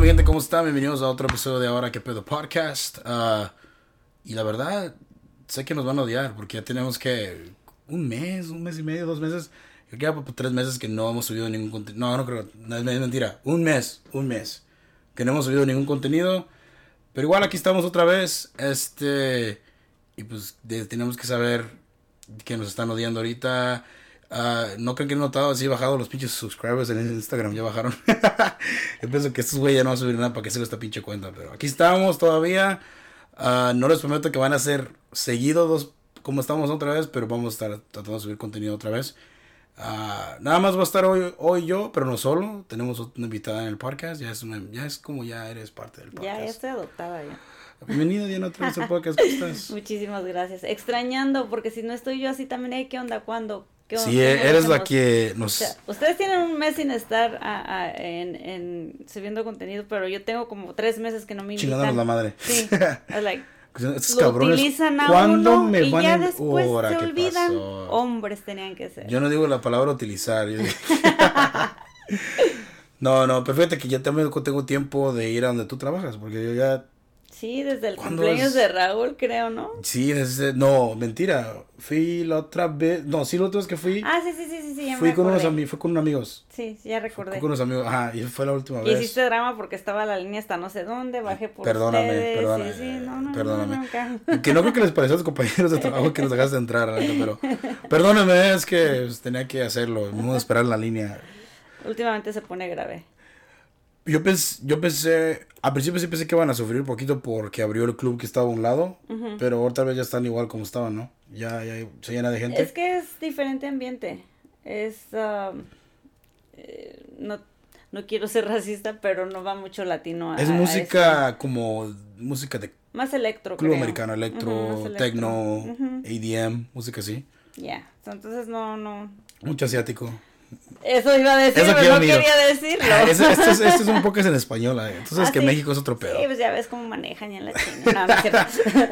mi gente, ¿cómo están? Bienvenidos a otro episodio de Ahora que Pedo Podcast. Y la verdad, sé que nos van a odiar porque ya tenemos que un mes y medio, 2 meses. Yo queda por 3 meses que no hemos subido ningún contenido. No, no creo, no es mentira. Un mes que no hemos subido ningún contenido. Pero igual aquí estamos otra vez. Y pues tenemos que saber que nos están odiando ahorita. No creo que he notado así bajado los pinches subscribers en Instagram, ya bajaron. Yo pienso que estos güeyes ya no van a subir nada para que siga esta pinche cuenta, pero aquí estamos todavía. No les prometo que van a ser seguidos como estamos otra vez, pero vamos a estar tratando de subir contenido otra vez. Nada más va a estar hoy yo, pero no solo. Tenemos una invitada en el podcast. Ya es como ya eres parte del podcast. Ya estoy adoptada ya. Bienvenida, Diana, otra vez al podcast. ¿Cómo estás? Muchísimas gracias. Extrañando, porque si no estoy yo así también, ¿qué onda? ¿Cuándo? Sí, eres la que nos... O sea, ustedes tienen un mes sin estar subiendo contenido, pero yo tengo como 3 meses que no me invitan. Chingándonos la madre. Sí, like, estos lo cabrones, utilizan a ¿cuándo uno me y van ya a... después Ahora, se ¿qué olvidan. pasó? Hombres tenían que ser. Yo no digo la palabra utilizar. No, pero fíjate que ya también tengo tiempo de ir a donde tú trabajas, porque yo ya... Sí, desde el cumpleaños de Raúl, creo, ¿no? Sí, no, mentira. Fui la otra vez, no, sí, la otra vez que fui. Sí, ya fui me con acordé. fui con unos amigos. Sí, ya recordé. Fui con unos amigos, ajá, y fue la última Y vez. hiciste drama porque estaba la línea hasta no sé dónde, bajé por Perdóname. ustedes. Sí, Perdóname. No, Que no creo que les pareció a tus compañeros de trabajo que nos dejaste entrar, pero perdóname, es que tenía que hacerlo, no esperar en la línea. Últimamente se pone grave. Yo pensé, al principio sí pensé que iban a sufrir un poquito porque abrió el club que estaba a un lado, pero otra vez ya están igual como estaban, ¿no? Ya se llena de gente. Es que es diferente ambiente. No quiero ser racista, pero no va mucho latino es música como música de más electro, club creo. americano, electro, techno, ADM, música así. Ya, entonces no. Mucho asiático. Eso iba a decir, Eso pero no quería decirlo. Esto es un podcast en español, entonces que sí. México es otro pedo. Sí, pues ya ves cómo manejan ya en la China. No es cierto.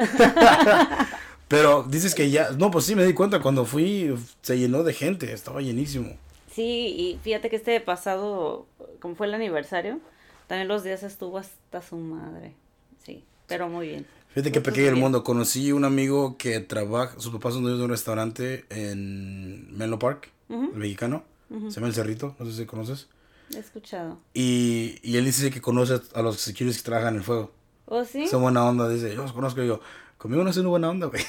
Pero dices que ya, no, pues sí me di cuenta, cuando fui se llenó de gente, estaba llenísimo. Sí, y fíjate que pasado, como fue el aniversario, también los días estuvo hasta su madre. Sí, pero muy bien. Fíjate que pequeño el mundo. Conocí un amigo que trabaja, sus papás son dueños de un restaurante en Menlo Park, el mexicano. Se llama El Cerrito, no sé si conoces. He escuchado. Y él dice que conoce a los securities que trabajan en el fuego. ¿Oh, sí? Son buena onda, dice, yo los conozco, y yo, conmigo no son buena onda, güey.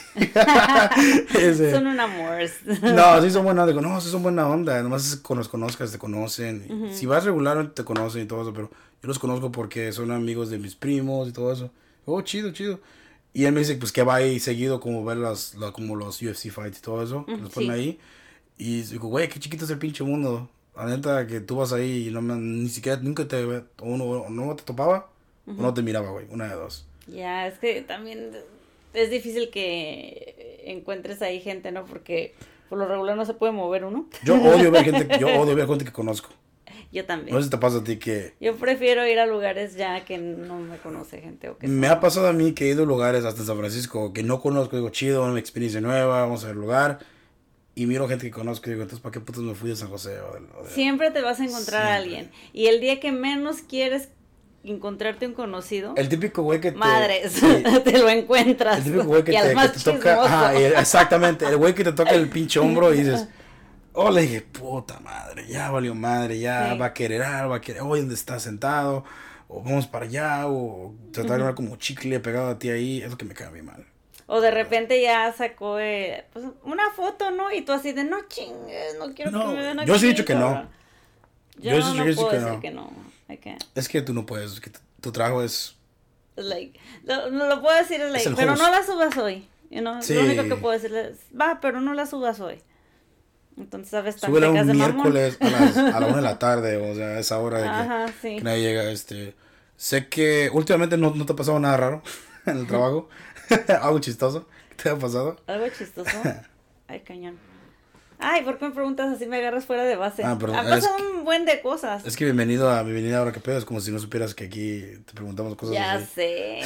Son un amor. No, sí son buena onda, digo, no, sí son buena onda, nomás es que los conozcas, te conocen. Si vas regular, te conocen y todo eso, pero yo los conozco porque son amigos de mis primos y todo eso. Oh, chido. Y él me dice, pues, que va ahí seguido como ver como los UFC fights y todo eso, que los ponen ahí. Y digo, güey, qué chiquito es el pinche mundo. La neta que tú vas ahí y ni siquiera nunca no te topaba o no te miraba, güey. Una de dos. Ya, es que también es difícil que encuentres ahí gente, ¿no? Porque por lo regular no se puede mover uno. Yo odio ver gente que conozco. Yo también. No sé si te pasa a ti que... Yo prefiero ir a lugares ya que no me conoce gente o que me ha pasado a mí que he ido a lugares hasta en San Francisco que no conozco, digo, chido, una experiencia nueva, vamos a ver el lugar. Y miro gente que conozco y digo, entonces, ¿para qué putos me fui de San José? Siempre te vas a encontrar a alguien. Y el día que menos quieres encontrarte un conocido... El típico güey que Madres, te lo encuentras. El típico güey que te toca... exactamente, el güey que te toca el pinche hombro y dices... Oh, le dije, puta madre, ya valió madre, ya va a querer, oye, ¿dónde estás sentado? O vamos para allá, o tratar de hablar como chicle pegado a ti ahí, es lo que me cae a mí mal. O de repente ya sacó pues, una foto, ¿no? Y tú así de, no chingues, no quiero que me den aquí. Yo sí he dicho que no. Yo no puedo decir que no. Es que tú no puedes, que tu trabajo es... Like, lo puedo decir, es like, pero no la subas hoy. Sí. Lo único que puedo decirle es, va, pero no la subas hoy. Entonces, ¿sabes? Súbela un miércoles a la 1 de la tarde, o sea, a esa hora de que nadie llega. Sé que últimamente no te ha pasado nada raro en el trabajo. Algo chistoso. ¿Qué te ha pasado? Algo chistoso. Ay, cañón. Ay, ¿por qué me preguntas así? Me agarras fuera de base. Perdón. Han pasado un buen de cosas. Es que bienvenido Ahora que pedo. Es como si no supieras que aquí te preguntamos cosas ya así. Sé.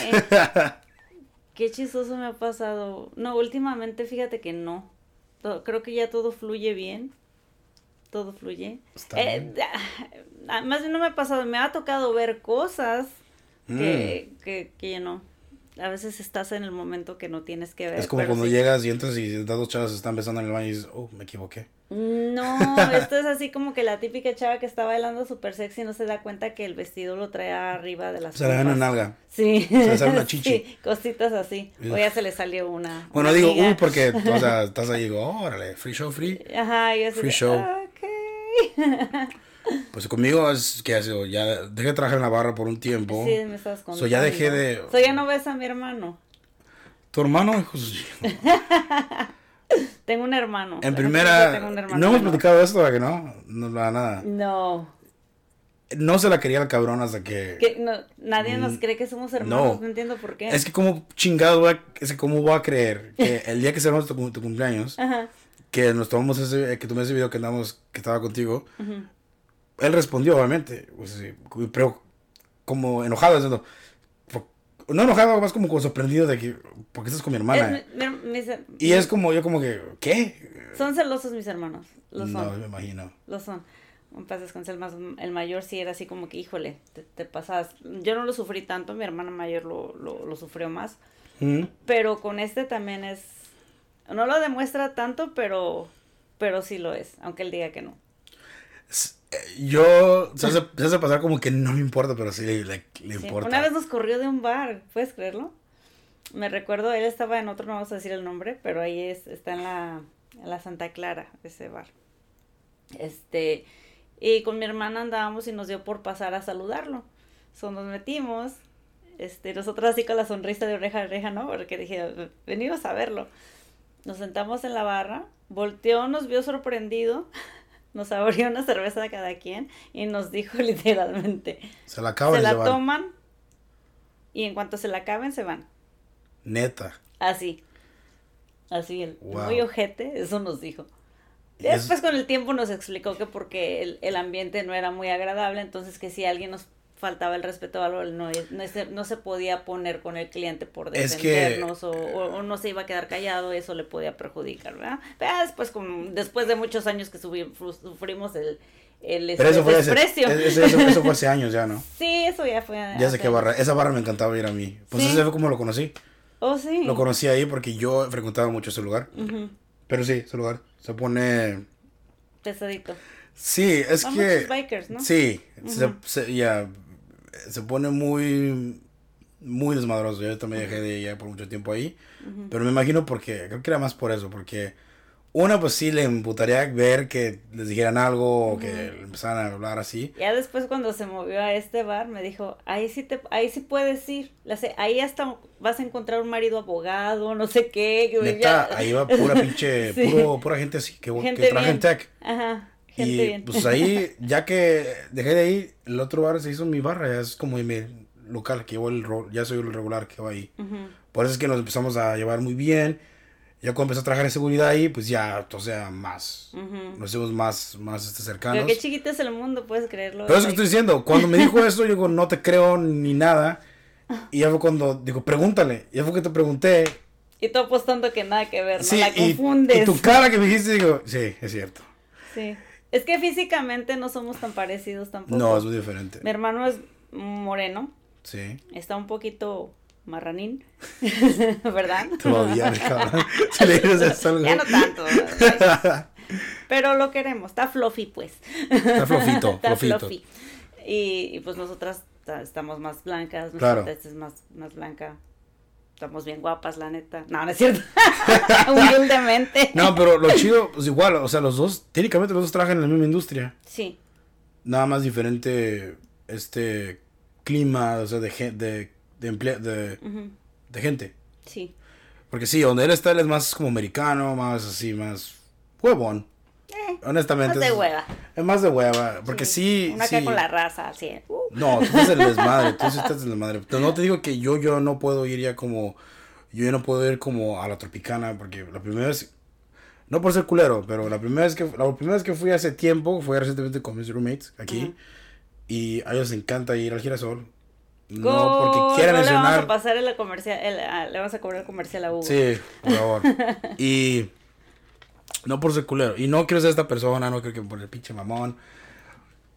Qué chistoso me ha pasado. No, últimamente fíjate que no. Creo que ya todo fluye bien. Todo fluye. Está bien. más bien no me ha pasado, me ha tocado ver cosas que no. A veces estás en el momento que no tienes que ver. Es como cuando llegas y entras y dos chavas se están besando en el baño y dices, oh, me equivoqué. No, esto es así como que la típica chava que está bailando súper sexy no se da cuenta que el vestido lo trae arriba de las pompas. Se le da una nalga. Sí. Se le sale una chichi. Sí, cositas así. O ya se le salió una. Bueno, digo, porque, o sea, estás ahí y digo, órale, free show, free. Ajá, yo free show. Ok. Pues conmigo es que ya dejé de trabajar en la barra por un tiempo. Sí, me estabas contando. Ya dejé de... Ya no ves a mi hermano. ¿Tu hermano? Hijo Tengo un hermano. En primera... No hemos platicado esto, ¿verdad que no? No, nada. No. No se la quería el cabrón hasta que... Nadie nos cree que somos hermanos, no entiendo por qué. Es que como chingado, ¿cómo voy a creer que el día que celebramos tu cumpleaños, ajá, que nos tomamos que tomé ese video que estaba contigo, él respondió, obviamente, pues, sí, pero como enojado, diciendo, no enojado, más como sorprendido de que, ¿por qué estás con mi hermana? Y es como, yo como que, ¿qué? Son celosos mis hermanos, lo son. No, me imagino. Lo son. Un pases con el mayor sí era así como que, híjole, te pasas. Yo no lo sufrí tanto, mi hermana mayor lo sufrió más. Pero con este también no lo demuestra tanto, pero sí lo es, aunque él diga que no. Se hace pasar como que no me importa, pero sí le importa. Una vez nos corrió de un bar, ¿puedes creerlo? Me recuerdo, él estaba en otro, no vamos a decir el nombre, pero ahí está en la Santa Clara, ese bar. Y con mi hermana andábamos y nos dio por pasar a saludarlo. Nos metimos, nosotros así con la sonrisa de oreja a oreja, ¿no? Porque dije, venimos a verlo. Nos sentamos en la barra, volteó, nos vio sorprendido, nos abrió una cerveza a cada quien y nos dijo literalmente, se la acaban, se la toman y en cuanto se la acaben se van. Neta. Así, muy ojete, eso nos dijo. Después con el tiempo nos explicó que porque el ambiente no era muy agradable, entonces que si alguien nos faltaba el respeto o algo, no se podía poner con el cliente por defendernos o no se iba a quedar callado, eso le podía perjudicar, ¿verdad? Pero después de muchos años que sufrimos el desprecio. Eso fue hace años ya, ¿no? Sí, eso ya fue. Ya sé qué barra, esa barra me encantaba ir a mí. Pues ¿sí? Ese fue como lo conocí. Oh, sí. Lo conocí ahí porque yo frecuentaba mucho ese lugar. Pero sí, ese lugar se pone... pesadito. Sí, es que... muchos bikers, ¿no? Sí, se pone muy, muy desmadroso. Yo también dejé de ir por mucho tiempo ahí. Pero me imagino porque, creo que era más por eso, porque una pues sí le imputaría ver que les dijeran algo o que empezaran a hablar así. Ya después cuando se movió a este bar me dijo, ahí sí puedes ir, ahí hasta vas a encontrar un marido abogado, no sé qué. Neta, ahí va pura pinche, sí. pura gente así que trabaja en tech. Ajá. Y bien. Pues ahí, ya que dejé de ir, el otro bar se hizo mi barra, ya es como mi local, que yo ya soy el regular que va ahí. Por eso es que nos empezamos a llevar muy bien. Ya cuando empecé a trabajar en seguridad ahí, pues ya, o sea, más. Nos hicimos más cercanos. Pero qué chiquito es el mundo, puedes creerlo. Pero eso que estoy diciendo, cuando me dijo eso, yo digo, no te creo ni nada. Y ya fue cuando digo, pregúntale. Y ya fue que te pregunté. Y tú apostando que nada que ver, sí, no la confundes. Y tu cara que me dijiste, digo, sí, es cierto. Sí. Es que físicamente no somos tan parecidos tampoco. No, es muy diferente. Mi hermano es moreno. Sí. Está un poquito marranín, ¿verdad? Te va a odiar, cabrón. Si le dices eso, ya no tanto. Pero lo queremos. Está fluffy, pues. Está flofito. Está fluffy. Y pues nosotras estamos más blancas. Claro. Esta es más blanca. Estamos bien guapas, la neta. No es cierto. Humildemente. No, pero lo chido, pues igual, o sea, técnicamente los dos trabajan en la misma industria. Sí. Nada más diferente, clima, o sea, de gente. Sí. Porque sí, donde él está, él es más como americano, más así, más huevón. Honestamente. Más de hueva. Es más de hueva, porque sí. Una acá con la raza, así. No, tú estás el desmadre, Pero no te digo que yo no puedo ir ya como... Yo ya no puedo ir como a la Tropicana, porque la primera vez... No por ser culero, pero la primera vez que fui hace tiempo, fue recientemente con mis roommates aquí. Y a ellos les encanta ir al Girasol. No porque quieran mencionar... Le vamos a pasar le vamos a cobrar el comercial a Hugo. Sí, por favor. Y... No por ser culero. Y no quiero ser esta persona, no creo que por el pinche mamón.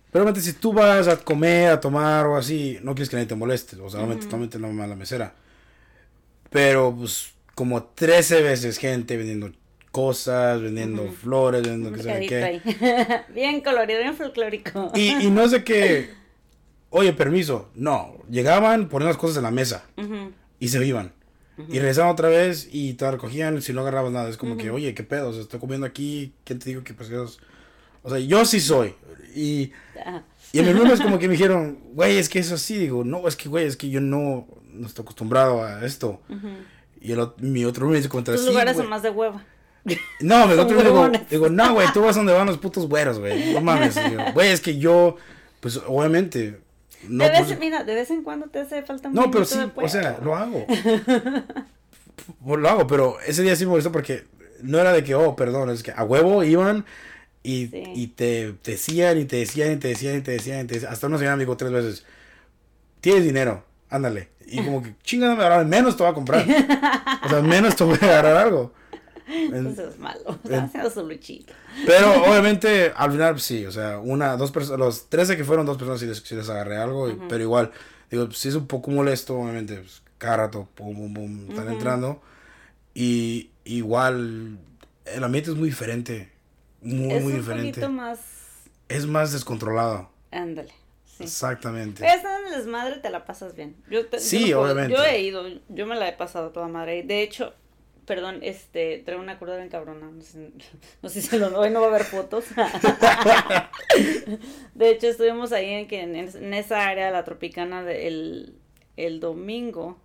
Pero realmente si tú vas a comer, a tomar o así, no quieres que nadie te moleste. O sea, normalmente no me la mesera. Pero pues como 13 veces gente vendiendo cosas, vendiendo flores, vendiendo que sabe qué. Bien colorido, bien folclórico. Y no sé qué, oye, permiso. No, llegaban, ponían las cosas en la mesa y se iban. Y regresaban otra vez y te recogían si no agarrabas nada. Es como que, oye, qué pedo, o sea, estoy comiendo aquí, ¿quién te digo que pues o sea, yo sí soy. Y a mi hermano es como que me dijeron, güey, es que eso sí. Digo, no, es que, güey, es que yo no estoy acostumbrado a esto. Y mi otro roommate dice, tus lugares son más de hueva. No, mi otro roommate digo, no, güey, tú vas donde van los putos güeros, güey. No mames. Güey, es que yo, pues, obviamente... No, mira, de vez en cuando te hace falta un no, pero sí, o sea, lo hago. Lo hago, pero ese día sí me molestó porque no era de que, oh, perdón, es que a huevo iban y te decían, hasta una señora me dijo 3 veces, tienes dinero, ándale. Y como que, chingada, ahora menos te voy a comprar. O sea, menos te voy a agarrar algo. Eso es malo, está haciendo su luchito. Pero obviamente al final sí, o sea, 2 personas, los 13 que fueron 2 personas sí les agarré algo, pero igual, digo, sí es un poco molesto, obviamente, pues, cada rato, pum, están entrando, y igual el ambiente es muy diferente, muy diferente. Es más descontrolado. Ándale. Sí. Exactamente. Pero estando en el desmadre te la pasas bien. Obviamente. Yo he ido, yo me la he pasado toda madre. De hecho, perdón, traigo una curva bien cabrona. No sé si hoy no va a haber fotos. De hecho, estuvimos ahí en esa área de la Tropicana el domingo.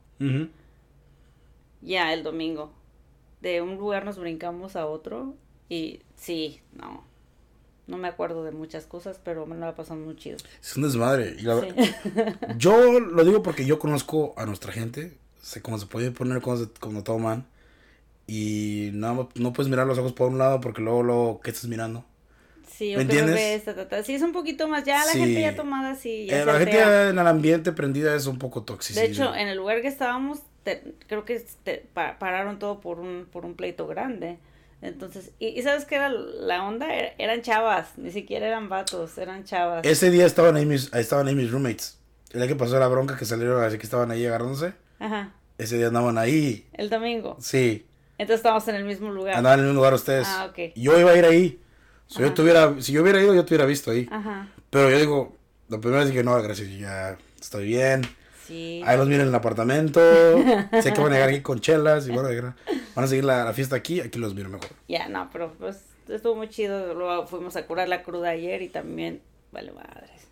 Ya, el domingo. De un lugar nos brincamos a otro. Y sí, no me acuerdo de muchas cosas, pero me la pasamos muy chido. Es un desmadre. Y yo lo digo porque yo conozco a nuestra gente. Sé cómo se puede poner cuando toman. Y no puedes mirar los ojos por un lado porque luego ¿qué estás mirando? Sí, ¿me entiendes? Sí, es un poquito más, ya la gente ya tomada así. La gente ya en el ambiente prendida es un poco tóxica. De hecho, en el lugar que estábamos, creo que pararon todo por un pleito grande. Entonces, y ¿sabes qué era la onda? Eran chavas, ni siquiera eran vatos, eran chavas. Ese día estaban ahí mis roommates. El día que pasó la bronca que salieron así que estaban ahí agarrándose. Ajá. Ese día andaban ahí. ¿El domingo? Sí. Entonces estábamos en el mismo lugar. Andaban en el mismo lugar ustedes. Ah, ok. Yo iba a ir ahí. Si yo hubiera ido, yo te hubiera visto ahí. Ajá. Pero yo digo, la primera vez dije, no, gracias, ya estoy bien. Sí. Ahí los miren en el apartamento. Sé que van a llegar aquí con chelas y van a seguir la fiesta aquí los miro mejor. Ya, no, pero pues estuvo muy chido. Luego fuimos a curar la cruda ayer y también, vale madres.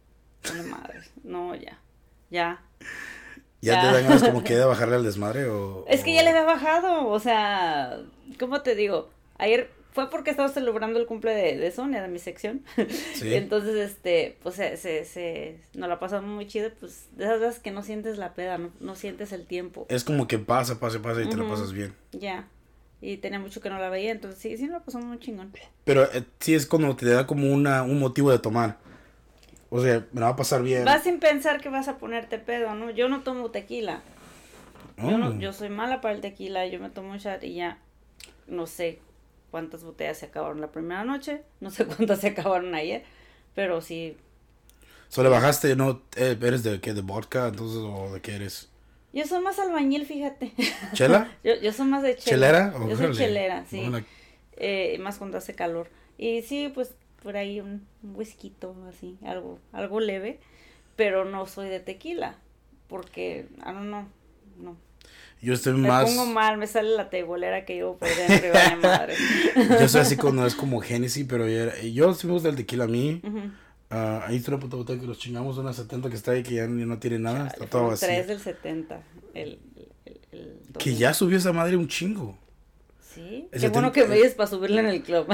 No, ya. ¿Ya te dan ganas como que de bajarle al desmadre o...? Es que ya le había bajado, o sea, ¿cómo te digo? Ayer fue porque estaba celebrando el cumple de Sonia, de mi sección. Sí. Entonces, pues nos la pasamos muy chido, pues de esas veces que no sientes la peda, no sientes el tiempo. Es como que pasa y te la pasas bien. Ya, y tenía mucho que no la veía, entonces sí nos la pasamos muy chingón. Pero sí es cuando te da como un motivo de tomar. O sea, me la va a pasar bien. Vas sin pensar que vas a ponerte pedo, ¿no? Yo no tomo tequila. Yo soy mala para el tequila, yo me tomo un shot y ya, no sé cuántas botellas se acabaron la primera noche, no sé cuántas se acabaron ayer, pero sí. ¿Le bajaste, no? ¿Eres de qué? ¿De vodka entonces o de qué eres? Yo soy más albañil, fíjate. ¿Chela? yo soy más de chela. ¿Chelera? Yo soy chelera, sí. Más cuando hace calor. Y sí, pues por ahí un whisky así, algo leve, pero no soy de tequila, porque, no. Yo estoy me pongo mal, me sale la tebolera que llevo por dentro y vaya madre. Yo soy así cuando es como Genesis, pero yo sí me gusta el tequila a mí. Ahí está una puta botella que los chingamos, una 70 que está ahí que ya no tiene nada, está todo vacío. 3 del 70, que ya subió esa madre un chingo. Sí, qué bueno que me dices para subirle en el club.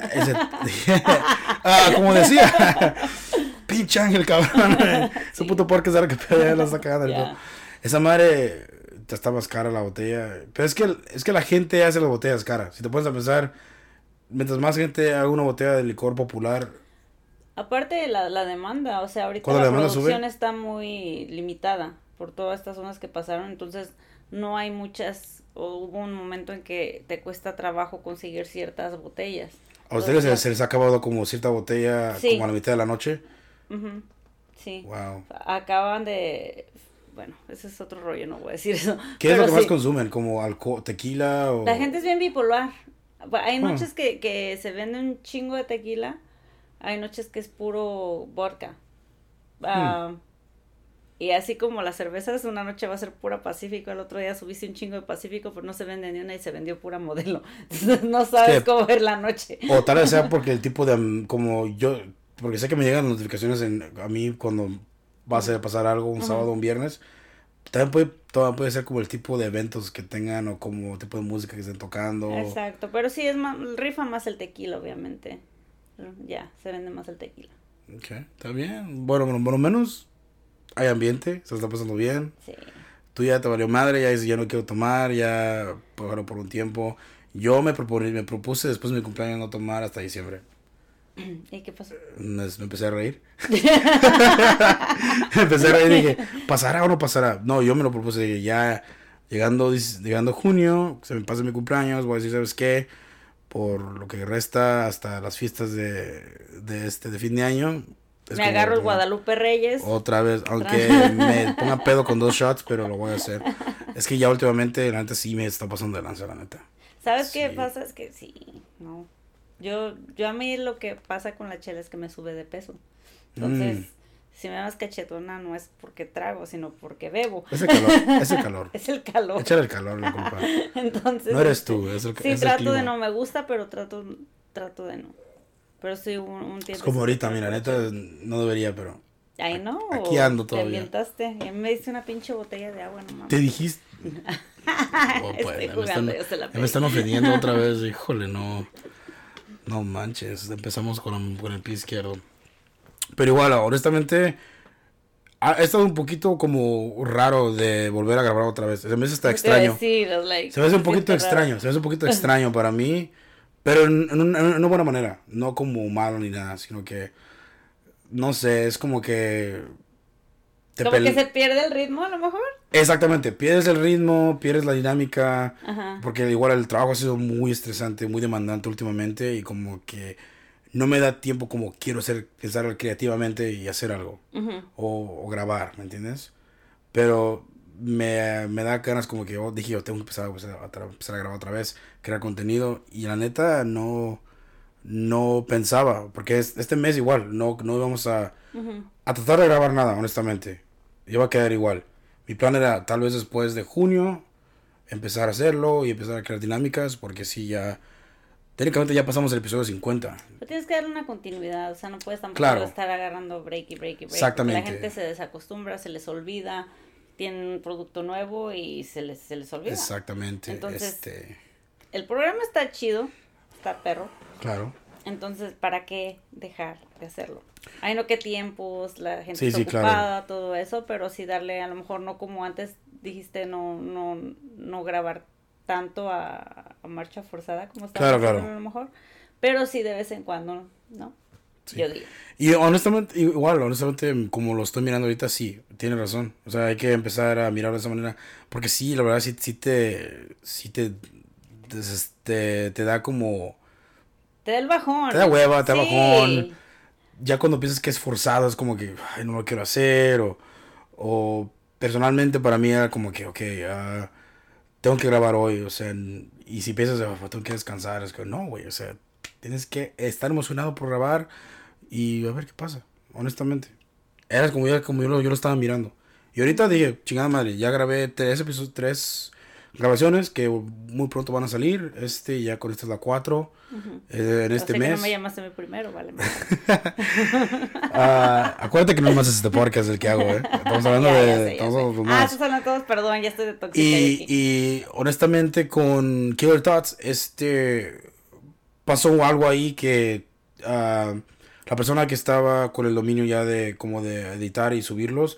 Como decía, pinche ángel, cabrón. Ese puto porco es ahora que ya la está cagando. Esa madre está más cara la botella. Pero es que la gente hace las botellas caras. Si te pones a pensar, mientras más gente haga una botella de licor popular. Aparte de la demanda, o sea, ahorita la producción está muy limitada por todas estas zonas que pasaron, entonces no hay muchas, o hubo un momento en que te cuesta trabajo conseguir ciertas botellas. ¿A ustedes se les ha acabado como cierta botella como a la mitad de la noche? Uh-huh. Sí. Wow. Acaban de... Bueno, ese es otro rollo, no voy a decir eso. ¿Qué es lo que más consumen? ¿Como alcohol, tequila o...? La gente es bien bipolar. Hay Huh. noches que se vende un chingo de tequila. Hay noches que es puro vodka. Y así como las cervezas, una noche va a ser pura Pacífico, el otro día subiste un chingo de Pacífico, pero no se vende ni una y se vendió pura Modelo. Entonces no sabes cómo ver la noche. O tal vez sea porque el tipo de, como yo, porque sé que me llegan notificaciones a mí cuando va a pasar algo un sábado o un viernes. También puede ser como el tipo de eventos que tengan o como tipo de música que estén tocando. Exacto, pero sí es más, rifa más el tequila, obviamente. Ya, se vende más el tequila. Ok, está bien. Bueno, por lo menos hay ambiente, se está pasando bien. Sí. Tú ya te valió madre, ya dices, ya no quiero tomar, ya por un tiempo. Yo me propuse después de mi cumpleaños no tomar hasta diciembre. ¿Y qué pasó? Me empecé a reír. Me empecé a reír y dije, ¿pasará o no pasará? No, yo me lo propuse, dije, ya llegando junio, se me pasa mi cumpleaños, voy a decir, ¿sabes qué? Por lo que resta hasta las fiestas de fin de año. Me agarro el Guadalupe Reyes. Otra vez, aunque me ponga pedo con 2 shots, pero lo voy a hacer. Es que ya últimamente, la neta, sí me está pasando de lanza, la neta. ¿Sabes Sí. qué pasa? Es que sí, no. Yo a mí lo que pasa con la chela es que me sube de peso. Entonces, si me das cachetona no es porque trago, sino porque bebo. Es el calor, es el calor. Es el calor. Échale el calor, la culpa. Entonces, No eres tú, es el sí, es el trato clima. de no, me gusta, pero trato de no. Pero sí un tiempo. Es como ahorita, mira, neta, no debería, pero... Ay, no. Aquí ando Te todavía. ambientaste. Y me diste una pinche botella de agua, no mames. ¿Te dijiste? Oh, pues, Estoy jugando, yo se la me están ofendiendo otra vez, híjole, no. No manches, empezamos con el pie izquierdo. Pero igual, honestamente, ha estado un poquito como raro de volver a grabar otra vez. Se me hace hasta extraño. Se me hace un poquito extraño, se me hace un poquito extraño para mí. Pero en una buena manera. No como malo ni nada, sino que, no sé, es como que... Como que se pierde el ritmo a lo mejor. Exactamente, pierdes el ritmo, pierdes la dinámica, Ajá. porque igual el trabajo ha sido muy estresante, muy demandante últimamente y como que no me da tiempo como quiero pensar creativamente y hacer algo Uh-huh. o grabar, ¿me entiendes? Pero me da ganas como que dije yo tengo que empezar a grabar otra vez, crear contenido y la neta no pensaba, porque este mes igual, no íbamos Uh-huh. a tratar de grabar nada, honestamente, iba a quedar igual. Mi plan era tal vez después de junio empezar a hacerlo y empezar a crear dinámicas porque sí, ya técnicamente ya pasamos el episodio 50. Pero tienes que darle una continuidad, o sea, no puedes tampoco Claro. estar agarrando break. Exactamente. La gente se desacostumbra, se les olvida, tienen un producto nuevo y se les olvida. Exactamente. Entonces, el programa está chido, está perro. Claro. Entonces, ¿para qué dejar de hacerlo? Hay no qué tiempos, la gente Sí, está sí, ocupada, claro. todo eso, pero sí darle, a lo mejor no como antes dijiste, no grabar tanto a marcha forzada como estaba Claro. haciendo a lo mejor, pero sí de vez en cuando, ¿no? Sí. Yo digo. Y honestamente, como lo estoy mirando ahorita, sí, tiene razón. O sea, hay que empezar a mirarlo de esa manera. Porque sí, la verdad, te da como... Te da el bajón. Te da hueva, te da Sí. bajón. Ya cuando piensas que es forzado, es como que, ay, no lo quiero hacer. O personalmente para mí era como que, ok, tengo que grabar hoy. O sea, y si piensas, tengo que descansar, es que no, güey. O sea, tienes que estar emocionado por grabar y a ver qué pasa, honestamente. Era como yo lo estaba mirando. Y ahorita dije, chingada madre, ya grabé 3 grabaciones que muy pronto van a salir. Ya con esta es la 4. Uh-huh. En este mes. Que no me llamaste a mí primero, vale. Acuérdate que no más es este podcast el que hago, Estamos hablando de todos los más. Estás hablando todos, perdón, ya estoy de tóxica. Y honestamente con Killer Thoughts, pasó algo ahí que la persona que estaba con el dominio ya de editar y subirlos,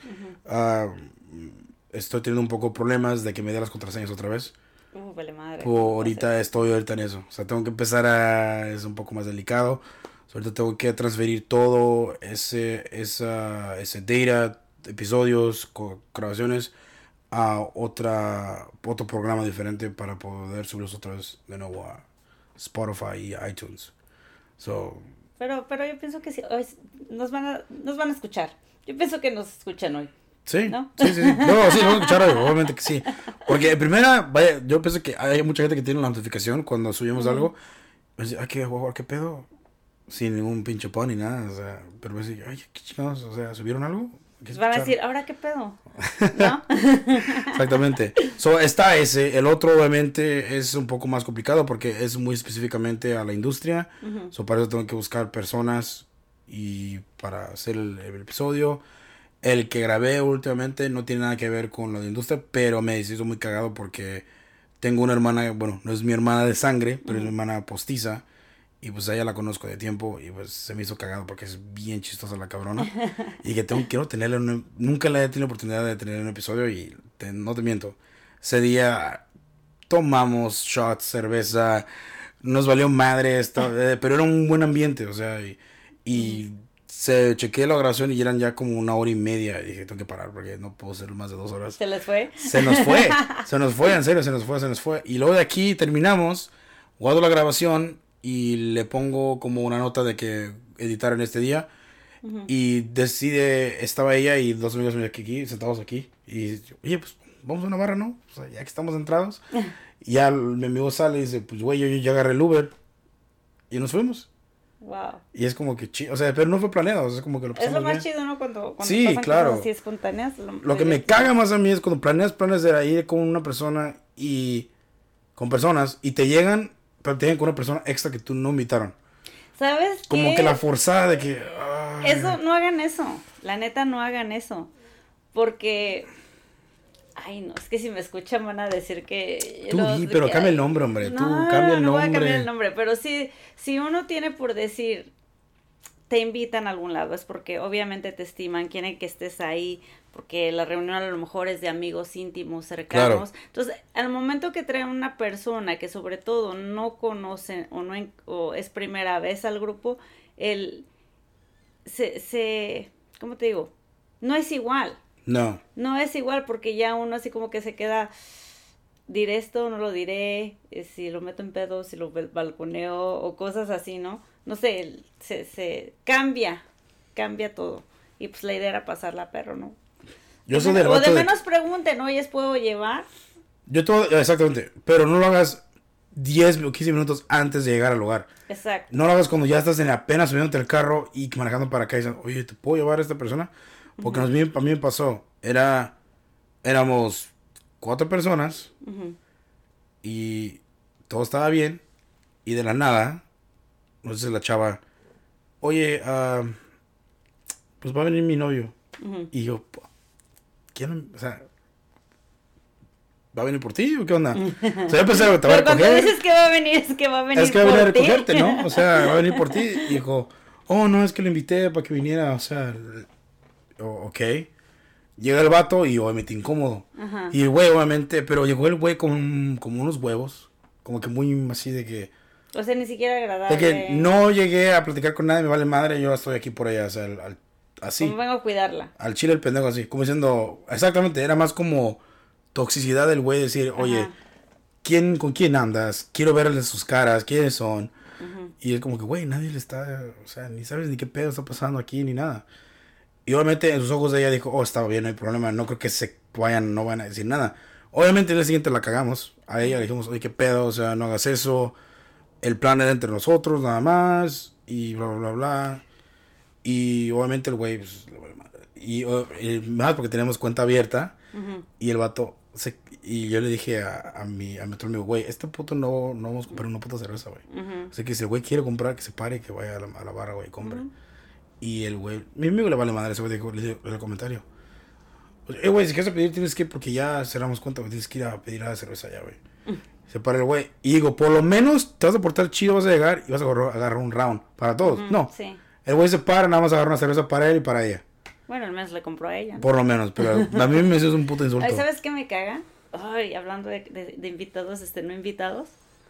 estoy teniendo un poco de problemas de que me dé las contraseñas otra vez. Vale madre. Ahorita estoy en eso. O sea, tengo que empezar es un poco más delicado. Ahorita tengo que transferir todo ese data, episodios, grabaciones a otro programa diferente para poder subirlos otra vez de nuevo a Spotify y iTunes. So, Pero yo pienso que sí, nos van a escuchar. Yo pienso que nos escuchan hoy. Sí, ¿no? sí. No, sí, nos van a escuchar hoy, obviamente que sí. Porque en primera, vaya, yo pienso que hay mucha gente que tiene la notificación cuando subimos algo. Pues, ¿qué pedo? Sin ningún pinche pon ni nada, o sea, pero me dice, ay, qué chingados, o sea, ¿subieron algo? Van a decir, ¿ahora qué pedo? ¿No? Exactamente. Está ese. El otro, obviamente, es un poco más complicado porque es muy específicamente a la industria. Para eso tengo que buscar personas y para hacer el episodio. El que grabé últimamente no tiene nada que ver con la industria, pero me hizo muy cagado porque tengo una hermana, bueno, no es mi hermana de sangre, pero es mi hermana postiza. Y pues a ella la conozco de tiempo y pues se me hizo cagado porque es bien chistosa la cabrona. Y que quiero tenerle nunca le he tenido oportunidad de tener un episodio y no te miento. Ese día tomamos shots, cerveza, nos valió madre esto, pero era un buen ambiente, o sea, y se chequeé la grabación y eran ya como 1 hora y media. Y dije, tengo que parar porque no puedo hacer más de 2 horas. ¿Se les fue? Se nos fue, en serio, se nos fue. Y luego de aquí terminamos, guardo la grabación y le pongo como una nota de que editar en este día. Y estaba ella y 2 amigos míos aquí, sentados aquí. Y, oye, pues vamos a una barra, ¿no? O sea, ya que estamos entrados. Y ya mi amigo sale y dice, pues güey, yo ya agarré el Uber. Y nos fuimos. Wow. Y es como que chido, o sea, pero no fue planeado, o sea, es como que lo pasamos bien. Es lo más bien. chido, ¿no? Cuando sí, pasan claro. cosas así espontáneas. Lo que me caga más a mí es cuando planeas planes de ir con una persona y con personas y te llegan, pero te llegan con una persona extra que tú no invitaron. ¿Sabes qué? Como que la forzada de que... Eso, no hagan eso. La neta, no hagan eso. Porque... Ay, no, es que si me escuchan van a decir que... pero cambia el nombre, hombre. No, tú cambia el nombre. No voy a cambiar el nombre, pero si uno tiene por decir, te invitan a algún lado, es porque obviamente te estiman, quieren que estés ahí, porque la reunión a lo mejor es de amigos íntimos, cercanos. Claro. Entonces, al momento que traen una persona que sobre todo no conocen o es primera vez al grupo, ¿cómo te digo? No es igual. No. No es igual porque ya uno así como que se queda, diré esto, no lo diré, si lo meto en pedo, si lo balconeo o cosas así, ¿no? No sé, se cambia todo. Y pues la idea era pasarla a perro, ¿no? Yo soy del o de menos pregunten, ¿no? ¿Les puedo llevar? Exactamente, pero no lo hagas 10 o 15 minutos antes de llegar al lugar. Exacto. No lo hagas cuando ya estás apenas subiéndote al carro y manejando para acá y dicen, oye, ¿te puedo llevar a esta persona? Porque a mí me pasó, éramos 4 personas y todo estaba bien y de la nada, no sé si la chava, oye, pues va a venir mi novio. Y yo, ¿quién? O sea, ¿va a venir por ti o qué onda? O sea, yo pensé que te va a recoger. Cuando dices que va a venir, es que va a venir por ti. Es que va a venir a recogerte, ¿no? O sea, va a venir por ti. Y dijo, oh, no, es que lo invité para que viniera, o sea... ok. Llega el vato y obviamente incómodo. Ajá. Y el güey obviamente, pero llegó el güey con como unos huevos, como que muy así de que... O sea, ni siquiera agradable. De que no llegué a platicar con nadie, me vale madre, yo estoy aquí por allá, o sea, así. Como vengo a cuidarla. Al chile el pendejo así, como diciendo, exactamente, era más como toxicidad del güey decir, oye, ¿con quién andas? Quiero verles sus caras, ¿quiénes son? Y es como que, güey, nadie le está, o sea, ni sabes ni qué pedo está pasando aquí, ni nada. Y obviamente en sus ojos ella dijo, oh, está bien, no hay problema, no creo que no van a decir nada. Obviamente el día siguiente la cagamos, a ella le dijimos, oye, qué pedo, o sea, no hagas eso, el plan era entre nosotros nada más, y bla, bla, bla, bla. Y obviamente el güey, pues, y más porque teníamos cuenta abierta, y el vato, y yo le dije a mi otro amigo, güey, este puto no vamos a comprar una puta cerveza, güey. O sea, que si el güey quiere comprar, que se pare, que vaya a la barra, güey, compre. Y el güey, mi amigo le vale madre, ese güey le dio el comentario. Güey, si quieres pedir, tienes que ir porque ya cerramos cuenta, güey, tienes que ir a pedir a la cerveza ya, güey. Se para el güey. Y digo, por lo menos te vas a portar chido, vas a llegar y vas a agarrar un round para todos. No. Sí. El güey se para, nada más agarra una cerveza para él y para ella. Bueno, al menos le compró a ella, ¿no? Por lo menos, pero a mí me hizo un puto insulto. ¿Sabes qué me caga? Ay, hablando de invitados, no invitados.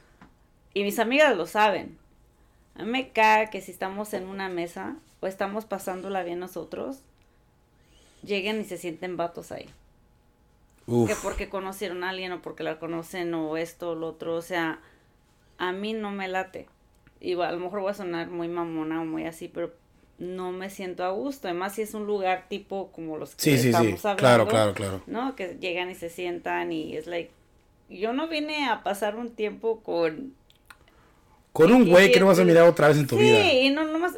Y mis amigas lo saben. A mí me caga que si estamos en una mesa o estamos pasándola bien nosotros, lleguen y se sienten vatos ahí. Uf. Que porque conocieron a alguien o porque la conocen o esto o lo otro. O sea, a mí no me late. igual, a lo mejor voy a sonar muy mamona o muy así, pero no me siento a gusto. Además, si es un lugar tipo como los que estamos hablando. Claro. ¿No? Que llegan y se sientan y es like, yo no vine a pasar un tiempo con un güey que no vas a mirar otra vez en tu vida. Sí, y no, nomás,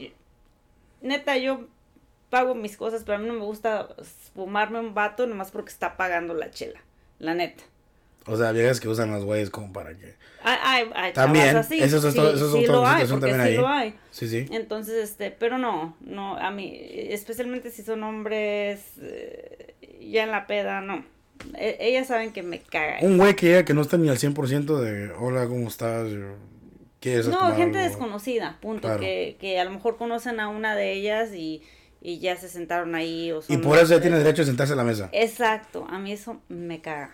neta, yo pago mis cosas, pero a mí no me gusta fumarme un vato nomás porque está pagando la chela, la neta. O sea, viejas que usan los güeyes como para que... Hay también, así. eso es sí otra lo hay, situación porque también sí ahí. lo hay. Sí. Entonces, pero no, a mí, especialmente si son hombres, ya en la peda, no. Ellas saben que me caga. Un güey que llega que no está ni al 100% de, hola, ¿cómo estás? No, gente desconocida, punto, claro. que a lo mejor conocen a una de ellas y ya se sentaron ahí. O son y por eso ya tiene derecho a sentarse a la mesa. Exacto, a mí eso me caga.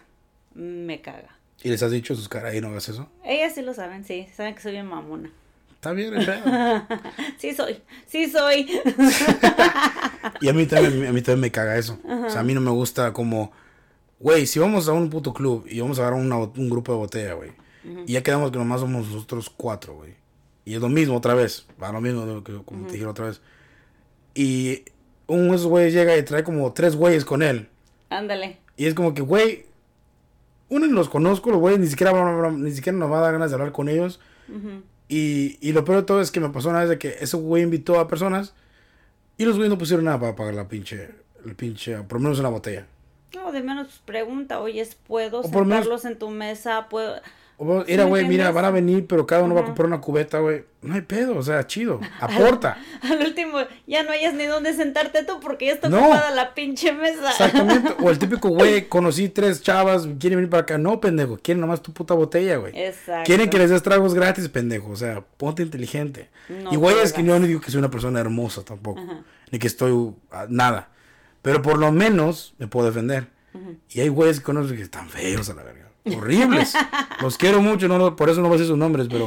¿Y les has dicho sus caras ahí no hagas eso? Ellas sí lo saben, sí, saben que soy bien mamona. Está bien, el pedo. Sí soy. Y a mí también me caga eso. O sea, a mí no me gusta como, güey, si vamos a un puto club y vamos a agarrar un grupo de botella, güey, y ya quedamos que nomás somos nosotros 4, güey, y es lo mismo otra vez, va lo mismo que como te dije otra vez, y uno de esos güeyes llega y trae como 3 güeyes con él. Ándale. Y es como que, güey, uno los conozco, los güeyes ni siquiera nos va a dar ganas de hablar con ellos. Y lo peor de todo es que me pasó una vez de que ese güey invitó a personas y los güeyes no pusieron nada para pagar el pinche, por lo menos una botella. No, de menos pregunta, oye, ¿puedo sentarlos en tu mesa? ¿Puedo? Mira, güey, mira, van a venir, pero cada uno va a comprar una cubeta, güey. No hay pedo, o sea, chido, aporta. Al último, ya no hayas ni dónde sentarte tú porque ya está ocupada la pinche mesa. Exactamente, o el típico, güey, conocí 3 chavas, quieren venir para acá. No, pendejo, quieren nomás tu puta botella, güey. Exacto. Quieren que les des tragos gratis, pendejo, o sea, ponte inteligente. No, y güey, es que yo no digo que soy una persona hermosa tampoco, ni que estoy nada, pero por lo menos me puedo defender. Y hay güeyes que conozco que están feos a la verga. Horribles. Los quiero mucho, por eso no voy a decir sus nombres, pero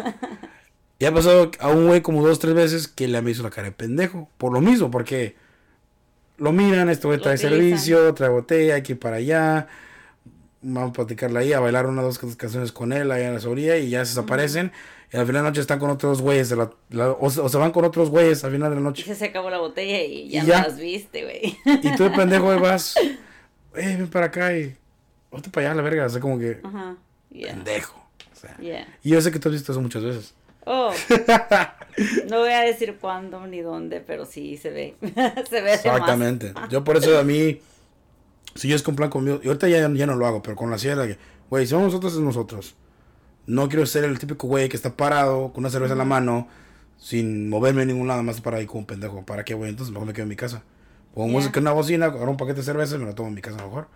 ya ha pasado a un güey como 2-3 veces que le me hizo la cara de pendejo. Por lo mismo, porque lo miran, este güey trae servicio, trae botella, aquí para allá. Vamos a platicarla ahí, a bailar 1 o 2 canciones con él allá en la sobrilla y ya se desaparecen. Y al final de la noche están con otros güeyes, o se van con otros güeyes al final de la noche. Y se acabó la botella y ya no las viste, güey. Y tú de pendejo güey, vas, ven para acá y vete para allá a la verga, o sea, como que pendejo. O sea, y yo sé que tú has visto eso muchas veces. Oh, no voy a decir cuándo ni dónde, pero sí se ve. Se ve exactamente. Más. Yo por eso a mí, si yo es con plan conmigo, y ahorita ya no lo hago, pero con la sierra, güey, si somos nosotros, es nosotros. No quiero ser el típico güey que está parado con una cerveza en la mano, sin moverme a ningún lado, más para ahí como un pendejo. ¿Para qué, güey? Entonces mejor me quedo en mi casa. Pongo música en una bocina, agarro un paquete de cerveza y me lo tomo en mi casa mejor.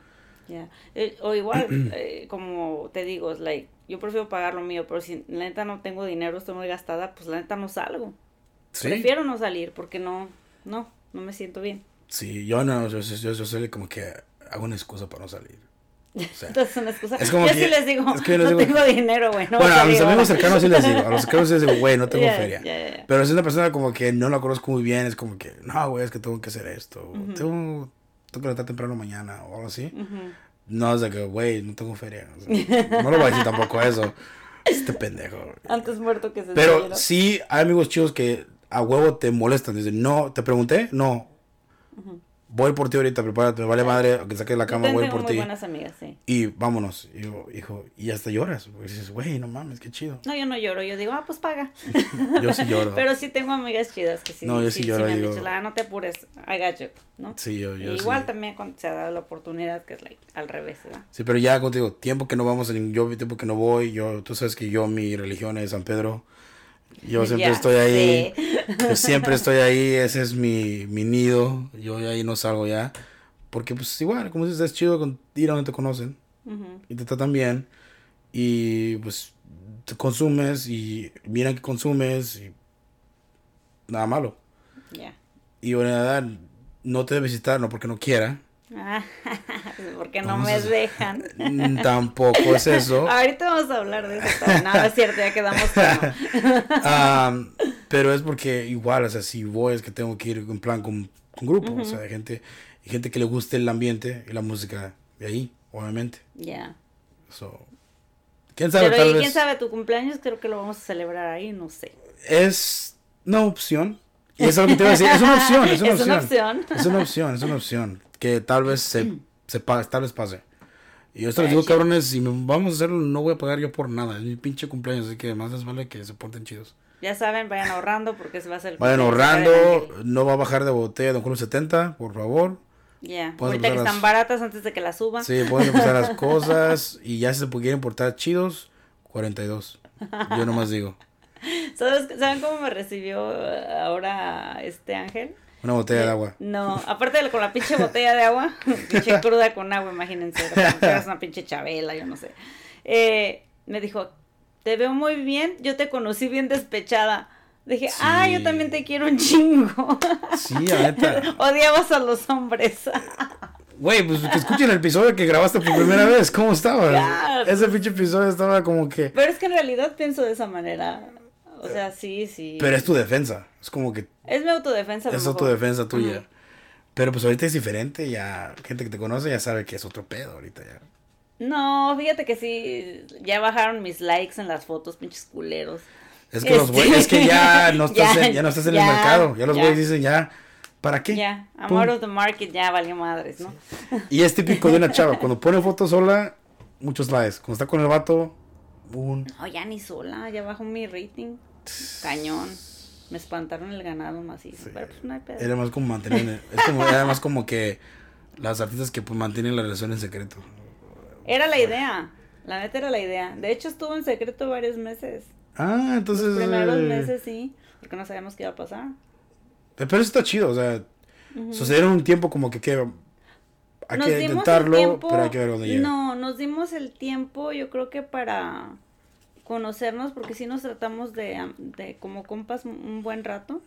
O igual, como te digo, es like, yo prefiero pagar lo mío, pero si la neta no tengo dinero, estoy muy gastada, pues la neta no salgo. ¿Sí? Prefiero no salir porque no me siento bien. Sí, yo soy como que hago una excusa para no salir. O sea, entonces una excusa. Es como yo que, sí les digo, es que no tengo dinero, güey. No bueno, a mis amigos cercanos sí les digo, güey, no tengo feria. Yeah. Pero si es una persona como que no la conozco muy bien, es como que, no, güey, es que tengo que hacer esto. Tengo que levantar temprano mañana o algo así. No, es de que, güey, no tengo feria. O sea, no lo voy a decir tampoco eso. Este pendejo. Güey. Antes muerto que se Pero siguiera. Sí hay amigos chicos que a huevo te molestan. Dicen, no, ¿te pregunté? No. Voy por ti ahorita, prepárate, me vale madre, aunque saques la cama, voy por ti. Tengo buenas amigas, sí. Y vámonos. Y yo, hijo, y hasta lloras. Porque dices, güey, no mames, qué chido. No, yo no lloro, yo digo, pues paga. Yo sí lloro. Pero sí tengo amigas chidas que sí. No, yo sí lloro. Sí me digo, han dicho, no te apures, I got you, ¿no? Sí, yo igual sí. también cuando se ha dado la oportunidad, que es like, al revés, ¿verdad? Sí, pero ya contigo, tiempo que no vamos, tiempo que no voy, tú sabes que mi religión es San Pedro. Yo siempre estoy ahí. Yo siempre estoy ahí, ese es mi nido. Yo ahí no salgo ya. Porque pues igual, como dices, es chido ir a donde te conocen. Y te tratan bien. Y pues te consumes y miran que consumes y nada malo. Y en verdad no te debe visitar, no porque no quiera. Porque no me dejan. Tampoco es eso. Ahorita vamos a hablar de eso. No, es cierto, ya quedamos pero es porque igual, o sea, si voy es que tengo que ir en plan con grupo. O sea, hay gente que le guste el ambiente y la música de ahí, obviamente. Yeah. So, ¿Quién sabe? Pero quién sabe, tu cumpleaños creo que lo vamos a celebrar ahí, no sé. Es una opción. Y eso es lo que te iba a decir. Es una opción, es una Es opción. una opción. Es una opción, es una opción. Que tal vez tal vez pase. Y yo les digo, cabrones, si vamos a hacerlo, no voy a pagar yo por nada. Es mi pinche cumpleaños, así que más les vale que se porten chidos. Ya saben, vayan ahorrando porque se va a hacer. Vayan ahorrando, no va a bajar de botella Don Julio 70, por favor. Ya, ahorita que están baratas antes de que las suban. Sí, pueden empezar las cosas y ya si se quieren portar chidos, 42. Yo nomás digo. ¿Saben cómo me recibió ahora Ángel? Una botella de agua. No, aparte de con la pinche botella de agua, pinche cruda con agua, imagínense, era una pinche Chabela, yo no sé. Me dijo, te veo muy bien, yo te conocí bien despechada. Dije, sí. Yo también te quiero un chingo. Sí, neta. Odiabas a los hombres. Güey, pues que escuchen el episodio que grabaste por primera vez, ¿cómo estabas? Claro. Ese pinche episodio estaba como que... Pero es que en realidad pienso de esa manera. O sea, sí. Pero es tu defensa. Es como que... Es mi autodefensa. Es autodefensa tuya. Pero pues ahorita es diferente. Ya gente que te conoce ya sabe que es otro pedo ahorita ya. No, fíjate que sí. Ya bajaron mis likes en las fotos, pinches culeros. Es que los güeyes, es que ya no estás en el mercado. Ya los güeyes dicen ya... ¿Para qué? Ya, I'm out of the market, ya valió madres, ¿no? Y es típico de una chava. Cuando pone foto sola, muchos likes. Cuando está con el vato... No, ya ni sola, ya bajó mi rating. Cañón. Me espantaron el ganado macizo. Sí. Pero pues no hay pedo. Era más como mantener. Era más como que las artistas que pues mantienen la relación en secreto. Era la idea. La neta era la idea. De hecho, estuvo en secreto varios meses. Entonces. Los primeros meses sí. Porque no sabíamos qué iba a pasar. Pero eso está chido. O sea, sucedieron un tiempo como que hay que intentarlo, pero hay que ver dónde llega. No, nos dimos el tiempo, yo creo que para conocernos, porque sí nos tratamos de como compas un buen rato.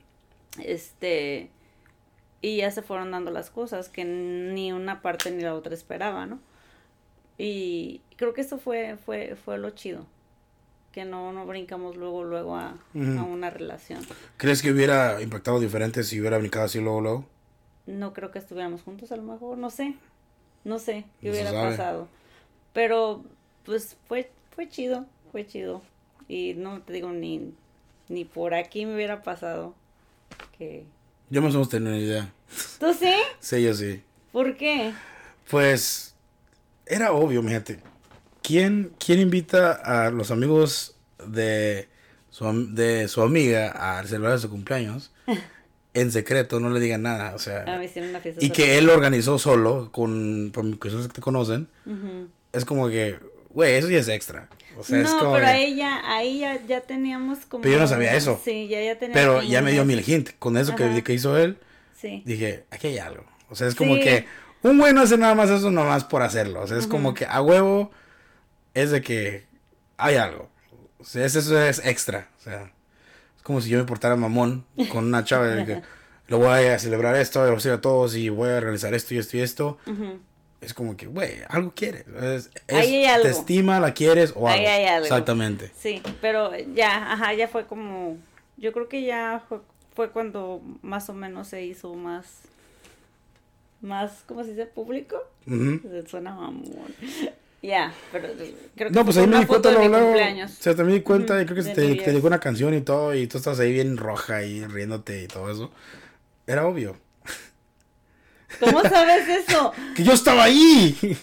Y ya se fueron dando las cosas que ni una parte ni la otra esperaba, ¿no? Y creo que eso fue lo chido, que no brincamos luego a una relación. ¿Crees que hubiera impactado diferente si hubiera brincado así luego? No creo que estuviéramos juntos, a lo mejor, no sé qué hubiera pasado. Pero, pues, fue chido. Y no te digo, ni por aquí me hubiera pasado que... Yo más o menos tenía una idea. ¿Tú sí? Sí, yo sí. ¿Por qué? Pues, era obvio, fíjate. ¿Quién invita a los amigos de su amiga a celebrar su cumpleaños? En secreto, no le digan nada, o sea... me hicieron una fiesta y que él lo organizó solo, con personas que te conocen. Es como que, güey, eso ya es extra. O sea, no, es como pero ahí ya teníamos como... Pero yo no sabía eso. Sí, ya teníamos... Pero ya me dio mil hint. Con eso que hizo él, dije, aquí hay algo. O sea, es como que un güey no hace nada más eso nomás por hacerlo. O sea, es como que a huevo es de que hay algo. O sea, eso es extra. O sea... como si yo me portara mamón con una chava de que lo voy a celebrar esto, voy a decir a todos y voy a realizar esto y esto y esto. Es como que, güey, algo quieres. Ahí hay algo. Te estima, la quieres o algo. Ahí hay algo. Exactamente. Sí, pero ya fue como, yo creo que ya fue cuando más o menos se hizo más, ¿cómo se dice? ¿Público? Suena mamón. Ya, pero creo que no, pues ahí me di cuenta luego. O sea, también me di cuenta y creo que te llegó una canción y todo y tú estás ahí bien roja y riéndote y todo eso. Era obvio. ¿Cómo sabes eso? ¡Que yo estaba ahí!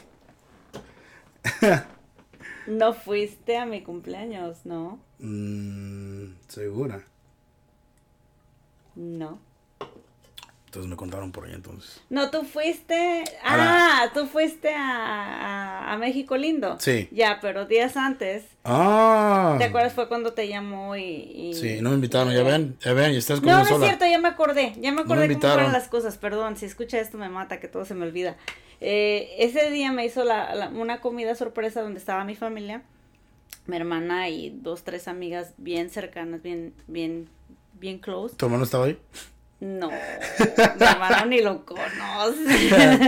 No fuiste a mi cumpleaños, ¿no? ¿Segura? No. Entonces me contaron por ahí entonces. No, tú fuiste... tú fuiste a México Lindo. Sí. Ya, pero días antes. ¿Te acuerdas? Fue cuando te llamó y... Sí, no me invitaron, ya ven, y estás conmigo sola. No, es cierto, ya me acordé cómo fueron las cosas, perdón, si escucha esto me mata, que todo se me olvida. Ese día me hizo una comida sorpresa donde estaba mi familia, mi hermana y 2, 3 amigas bien cercanas, bien close. ¿Tu hermano estaba ahí? No, mi hermano ni lo conoce.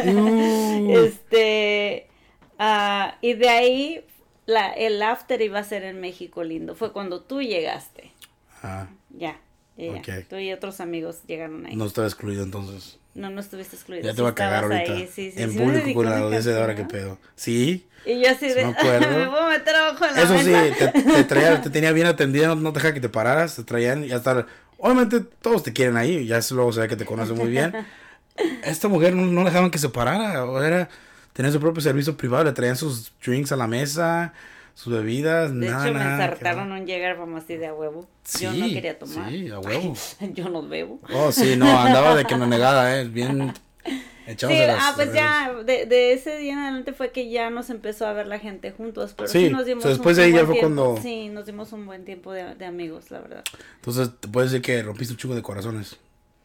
Y de ahí el after iba a ser en México Lindo. Fue cuando tú llegaste. Ya. Okay. Tú y otros amigos llegaron ahí. No estaba excluido entonces. No estuviste excluido. Ya te voy a cagar ahorita. Ahí, sí, en público con la audiencia de ahora, ¿qué pedo? Sí. Y yo así de, me acuerdo. me puedo meter abajo en la Eso mesa. sí, te tenía bien atendida, no te dejaba que te pararas, te traían y hasta... Obviamente todos te quieren ahí, ya luego se ve que te conocen muy bien. Esta mujer no dejaban que se parara, tenía su propio servicio privado, le traían sus drinks a la mesa, sus bebidas, de nada. hecho, me ensartaron un llegar como así de a huevo. Sí, yo no quería tomar. Sí, a huevo. Yo no bebo. Oh, sí, no, andaba de que no negada, bien Sí, pues ya, de ese día en adelante fue que ya nos empezó a ver la gente juntos, pero sí nos dimos después de ahí ya fue tiempo. cuando... Sí, nos dimos un buen tiempo de amigos, la verdad. Entonces, te puedes decir que rompiste un chingo de corazones.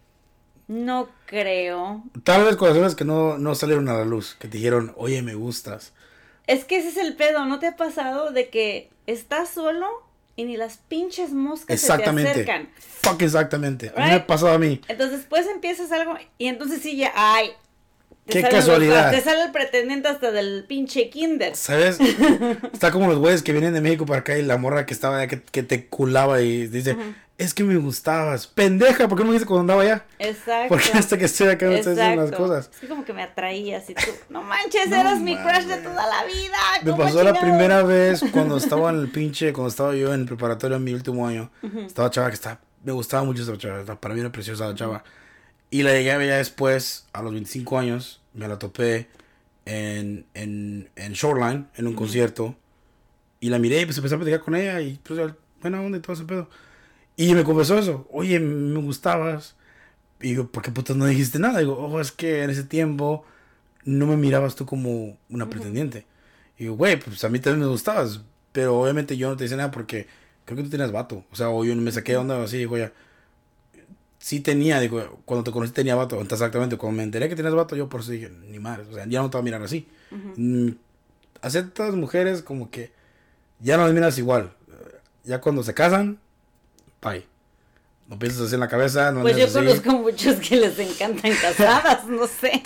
No creo. Tal vez corazones que no salieron a la luz, que te dijeron, oye, me gustas. Es que ese es el pedo, ¿no te ha pasado de que estás solo y ni las pinches moscas se te acercan? Fuck, exactamente. A mí me ha pasado a mí. Entonces, después empiezas algo y entonces sí ya, ay... Qué casualidad. Te sale el pretendiente hasta del pinche kinder. ¿Sabes? Está como los güeyes que vienen de México para acá y la morra que estaba allá que te culaba y dice, es que me gustabas. Pendeja, ¿por qué no me dijiste cuando andaba allá? Exacto. Porque hasta que estoy acá no estoy diciendo las cosas. Es que como que me atraías y tú, no manches, eras mi crush de toda la vida. Me pasó la primera vez cuando estaba cuando estaba yo en preparatoria en mi último año. Estaba chava me gustaba mucho esa chava, para mí era preciosa la chava. Y la llegué a ver ya después, a los 25 años, me la topé en Shoreline, en un concierto. Y la miré y pues empecé a platicar con ella y pues buena onda y todo ese pedo. Y me confesó eso, oye, me gustabas. Y digo, ¿por qué putas no dijiste nada? Digo, es que en ese tiempo no me mirabas tú como una pretendiente. Y digo, güey, pues a mí también me gustabas. Pero obviamente yo no te decía nada porque creo que tú tenías vato. O sea, o yo me saqué de onda así, digo, ya. Sí tenía, digo, cuando te conocí tenía vato, exactamente, cuando me enteré que tenías vato, yo por eso dije, ni madre, o sea, ya no te voy a mirar así. A ciertas mujeres como que ya no las miras igual, ya cuando se casan, bye. No piensas así en la cabeza, no. Pues yo conozco muchos que les encantan casadas, no sé.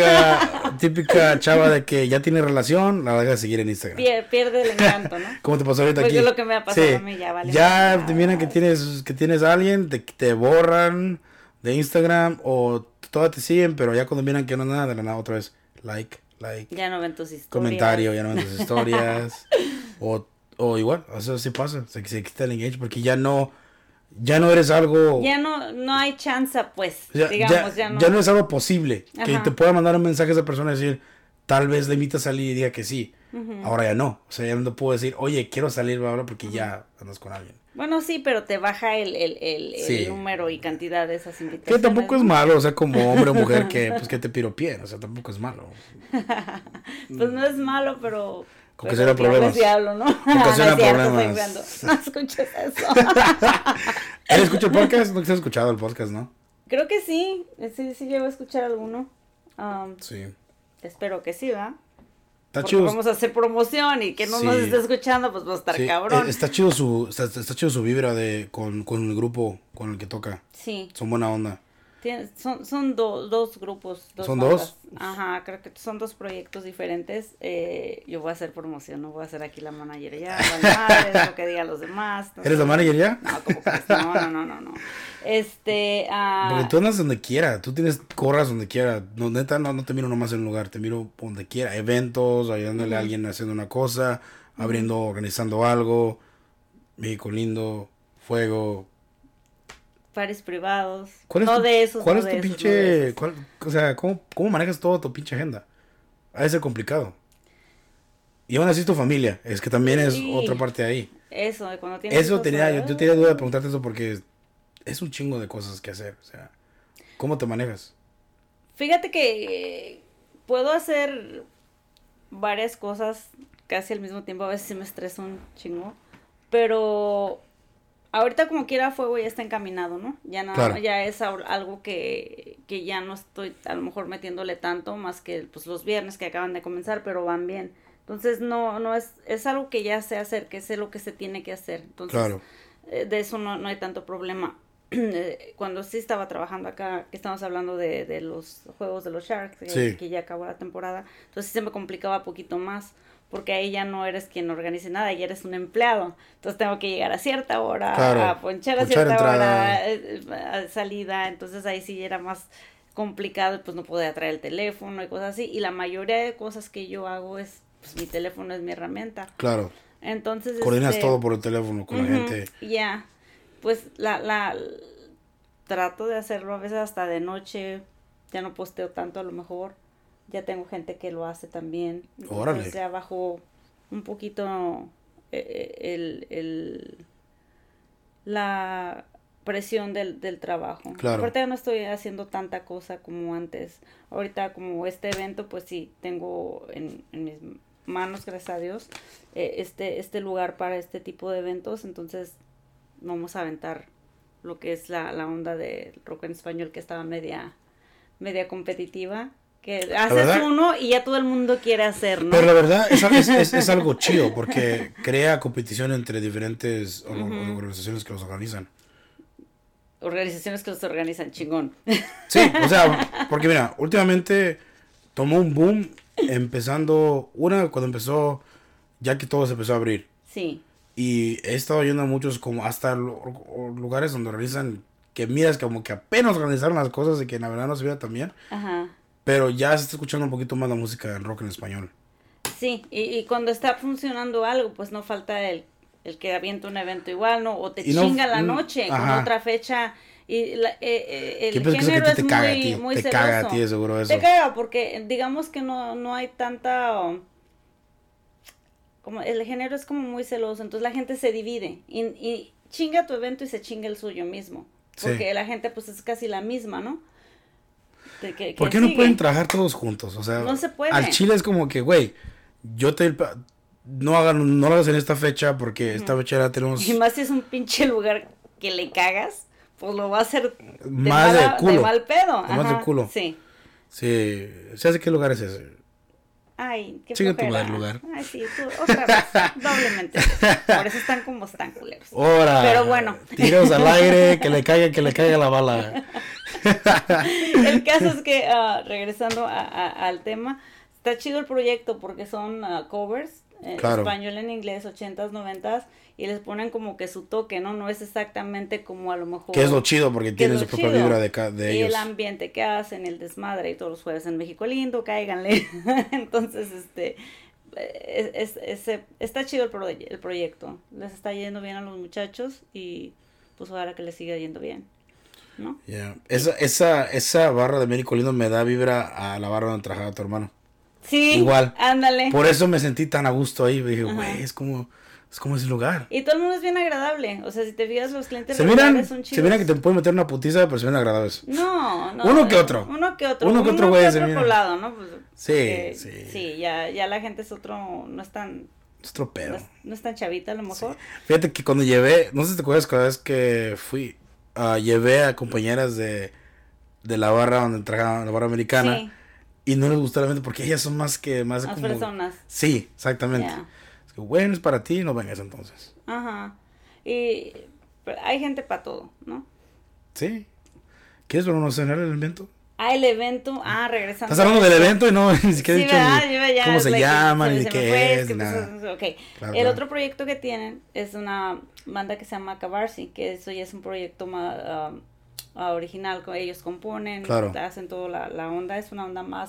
Típica chava de que ya tiene relación, la deja de seguir en Instagram. Pierde el encanto, ¿no? ¿Cómo te pasó ahorita pues aquí? Pues es lo que me ha pasado a mí, ya vale. Ya te miran que tienes a alguien, te borran de Instagram o todas te siguen, pero ya cuando miran que no nada, de la nada otra vez, like. Ya no ven tus historias. Comentario, ya no ven tus historias. o igual, eso sí pasa, se quita el engage porque ya no eres algo... Ya no hay chance, pues, ya no es algo posible. Ajá. Que te pueda mandar un mensaje a esa persona y decir, tal vez le invita a salir y diga que sí. Ahora ya no. O sea, ya no te puedo decir, oye, quiero salir ahora porque ya andas con alguien. Bueno, sí, pero te baja el número y cantidad de esas invitaciones. Que tampoco es malo, o sea, como hombre o mujer que te piropeen, o sea, tampoco es malo. Pues no es malo, pero... Con que sea problemas. Diablo, ¿no? Ocasiona problemas. No escuches eso. ¿Él escucha el podcast? No te has escuchado el podcast, ¿no? Creo que sí. Sí llevo a escuchar alguno. Sí. Espero que sí, ¿va? Está chido. Vamos a hacer promoción y que no nos esté escuchando, pues va a estar cabrón. Está chido su vibra con el grupo con el que toca. Sí. Son buena onda. Son dos grupos. ¿Son dos? Ajá, creo que son dos proyectos diferentes. Yo voy a hacer promoción, no voy a ser aquí la manager ya. Es lo que digan los demás. ¿Eres la manager ya? No, como que no. Porque tú andas donde quiera, tú corras donde quiera. No, neta, no te miro nomás en un lugar, te miro donde quiera. Eventos, ayudándole a alguien haciendo una cosa, organizando algo. México lindo, fuego. Pares privados. ¿Cuál es tu pinche... o sea, ¿cómo manejas toda tu pinche agenda? Ha de ser complicado. Y aún así es tu familia. Es que también es otra parte de ahí. Eso, cuando tienes... Yo tenía duda de preguntarte eso porque es un chingo de cosas que hacer. O sea, ¿cómo te manejas? Fíjate que puedo hacer varias cosas casi al mismo tiempo. A veces sí me estreso un chingo. Pero... ahorita como quiera fuego ya está encaminado, ¿no? Ya es algo que ya no estoy a lo mejor metiéndole tanto más que pues los viernes que acaban de comenzar, pero van bien. Entonces no es algo que ya sé hacer, que sé lo que se tiene que hacer. Entonces de eso no hay tanto problema. Cuando sí estaba trabajando acá, que estamos hablando de los juegos de los Sharks, que ya acabó la temporada, entonces se me complicaba un poquito más. Porque ahí ya no eres quien organice nada, ya eres un empleado. Entonces tengo que llegar a cierta hora, a ponchar a cierta hora, a salida. Entonces ahí sí era más complicado, pues no podía traer el teléfono y cosas así. Y la mayoría de cosas que yo hago es, pues mi teléfono es mi herramienta. Claro. Entonces, coordinas todo por el teléfono con la gente. Ya, pues trato de hacerlo a veces hasta de noche, ya no posteo tanto a lo mejor, ya tengo gente que lo hace también. Órale. Ya bajó un poquito la presión del trabajo. Claro. Aparte ya no estoy haciendo tanta cosa como antes. Ahorita como este evento, pues sí, tengo en mis manos, gracias a Dios, este lugar para este tipo de eventos, entonces vamos a aventar lo que es la onda de rock en español, que estaba media competitiva, que haces uno y ya todo el mundo quiere hacer, ¿no? Pero la verdad es algo chido, porque crea competición entre diferentes organizaciones que los organizan. Organizaciones que los organizan, chingón. Sí, o sea, porque mira, últimamente tomó un boom cuando empezó, ya que todo se empezó a abrir. Sí. Y he estado yendo a muchos, como hasta lugares donde organizan, que miras como que apenas organizaron las cosas y que en la verdad no se veía tan bien. Ajá. Pero ya se está escuchando un poquito más la música del rock en español. Sí, y cuando está funcionando algo, pues no falta el que avienta un evento igual, ¿no? O te chinga la noche con otra fecha. Y el género es muy celoso. Te caga a ti, seguro eso. Te caga porque digamos que no hay tanta... como el género es como muy celoso, entonces la gente se divide y chinga tu evento y se chinga el suyo mismo. Porque la gente pues es casi la misma, ¿no? ¿Por qué no pueden trabajar todos juntos? O sea, no se puede. Al chile es como que, güey, no lo hagas en esta fecha porque esta fecha ya tenemos... Y más si es un pinche lugar que le cagas, pues lo va a hacer de mal pedo. Más de culo. Sí. Sí. ¿Sabes qué lugar es ese? Ay, qué Chinga tu lugar. Ay, sí, tú, otra vez, doblemente. Por eso están como están culeros. ¡Hora! Pero bueno. Tiros al aire, que le caiga la bala. El caso es que, regresando al tema, está chido el proyecto porque son covers, español en inglés, 80s, 90s, y les ponen como que su toque, ¿no? No es exactamente como a lo mejor... Que es lo chido porque tiene su propia vibra de y ellos. el ambiente que hacen, el desmadre, y todos los jueves en México lindo, cáiganle. Entonces, está chido el proyecto. Les está yendo bien a los muchachos y pues ahora que les siga yendo bien, ¿no? Yeah. Esa barra de México lindo me da vibra a la barra donde trabajaba tu hermano. Sí, igual. Ándale. Por eso me sentí tan a gusto ahí. Dije, güey, es como ese lugar. Y todo el mundo es bien agradable. O sea, si te fijas, los clientes son chidos. Se miran que te pueden meter una putiza, pero se ven agradables. No. Uno que otro. Uno que otro güey se mira. Colado, ¿no? Pues, sí. Sí, ya la gente es otro, no es tan... Es otro pedo. No es tan chavita a lo mejor. Sí. Fíjate que cuando llevé, no sé si te acuerdas cada vez que fui, llevé a compañeras de la barra donde trabajaban, la barra americana. Sí. Y no les gustó la mente porque ellas son más como... personas. Sí, exactamente. Yeah. Es que, bueno, es para ti, no vengas entonces. Ajá. Y hay gente para todo, ¿no? Sí. ¿Quieres promocionar el evento? El evento, regresando. Estás hablando del evento y no ni siquiera he dicho cómo se llama, ni qué es, nada. Okay. Claro, otro proyecto que tienen es una banda que se llama Cavarsi, que eso ya es un proyecto más... original, ellos componen, hacen toda la onda, es una onda más,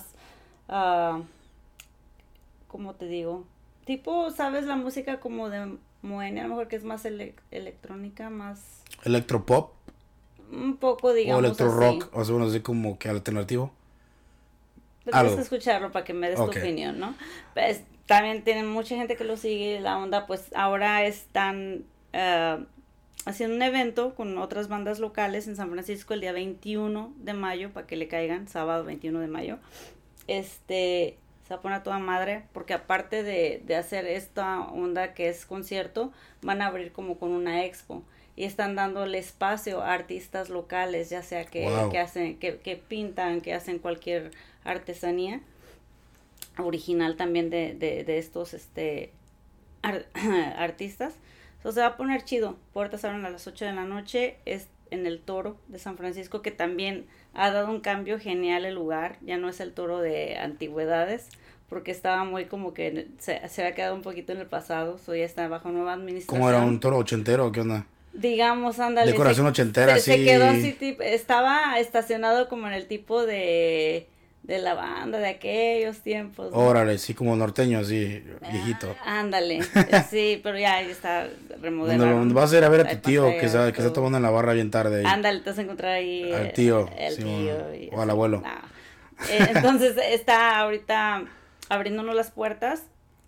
¿cómo te digo? Tipo, ¿sabes? La música como de Moenia, a lo mejor que es más electrónica, más... ¿Electropop? Un poco, digamos, o electro rock, o sea, así como que alternativo. Tienes que escucharlo para que me des tu opinión, ¿no? Pues, también tienen mucha gente que lo sigue, la onda, pues, ahora están... haciendo un evento con otras bandas locales en San Francisco el día 21 de mayo, para que le caigan, sábado 21 de mayo. Se va a poner a toda madre, porque aparte de hacer esta onda que es concierto, van a abrir como con una expo. Y están dándole espacio a artistas locales, ya sea que hacen, que pintan, que hacen cualquier artesanía original también de estos artistas. Se va a poner chido. Puertas abren a las 8 de la noche. Es en el Toro de San Francisco, que también ha dado un cambio genial el lugar. Ya no es el Toro de antigüedades, porque estaba muy como que se había quedado un poquito en el pasado. Ya está bajo nueva administración. ¿Cómo era? ¿Un Toro ochentero o qué onda? digamos, ándale. Decoración ochentera, se quedó así, estaba estacionado como en el tipo de la banda de aquellos tiempos, ¿no? Órale, sí, como norteño, así, viejito. Ándale, sí, pero ya está remodelado. Donde vas a ir a ver a tu tío que está tomando en la barra bien tarde. Ahí. Ándale, te vas a encontrar ahí. Al tío. El sí, tío. O al abuelo. No. Entonces está ahorita abriéndonos las puertas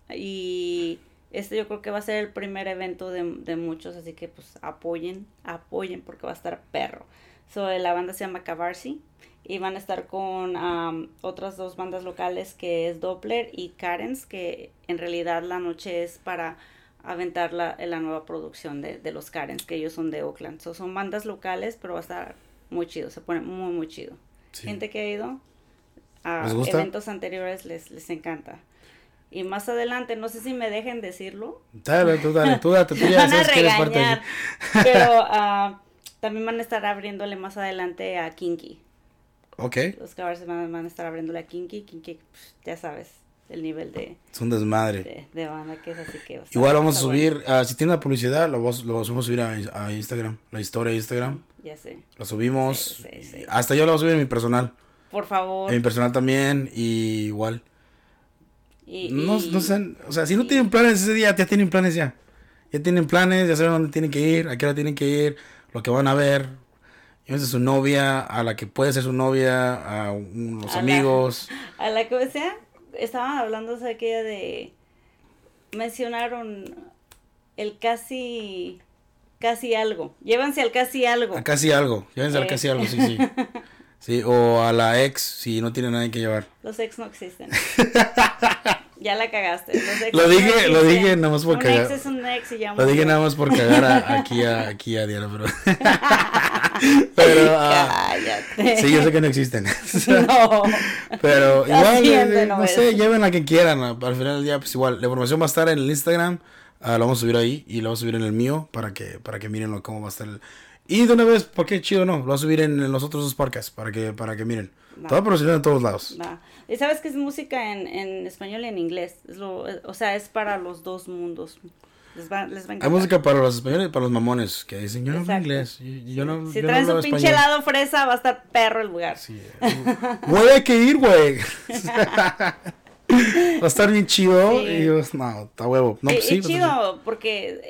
y yo creo que va a ser el primer evento de muchos, así que pues apoyen porque va a estar perro. La banda se llama Cavarsi y van a estar con otras dos bandas locales que es Doppler y Karens, que en realidad la noche es para aventar la nueva producción de los Karens, que ellos son de Oakland. Son bandas locales, pero va a estar muy chido, se pone muy muy chido. Sí. Gente que ha ido a eventos anteriores les encanta. Y más adelante, no sé si me dejen decirlo. Dale, tú ya sabes que eres parte de... Pero también van a estar abriéndole más adelante a Kinky. Ok. Los Cavarsi van a estar abriéndole a Kinky, pues, ya sabes, el nivel de... Es un desmadre. De banda que es, así que... Igual vamos a subir, si tiene la publicidad, lo vamos a subir a Instagram, la historia de Instagram. Ya sé. Lo subimos. Sí. Hasta yo lo voy a subir en mi personal. Por favor. En mi personal también, y igual. No sé, o sea, si no tienen planes ese día, ya tienen planes ya. Ya tienen planes, ya saben dónde tienen que ir, a qué hora tienen que ir, lo que van a ver. Llévense a su novia, a la que puede ser su novia, a los amigos. A la que sea, estaban hablando aquella de... Mencionaron el casi algo. Llévanse al casi algo. A casi algo, llévense al casi algo, sí. Sí, o a la ex, si no tiene nadie que llevar. Los ex no existen. Ya la cagaste. Los ex lo dije nada más por cagar. Un ex es un ex y ya Lo dije nada más por cagar aquí a Diana, pero cállate. Sí, yo sé que no existen. No. Pero igual, no sé, lleven la que quieran. Al final del día, pues igual, la información va a estar en el Instagram. Lo vamos a subir ahí y lo vamos a subir en el mío para que miren cómo va a estar y de una vez, porque chido, no, lo voy a subir en los otros dos podcasts para que miren. Todo profesional en todos lados. Y sabes que es música en español y en inglés. O sea, es para los dos mundos. Les va a encantar. Hay música para los españoles y para los mamones que dicen, yo no hablo inglés. Yo no, si yo traen no su pinche helado fresa, va a estar perro el lugar. Sí, güey, hay que ir, güey. Va a estar bien chido. Sí. Y yo, no, está huevo. No, sí, chido, porque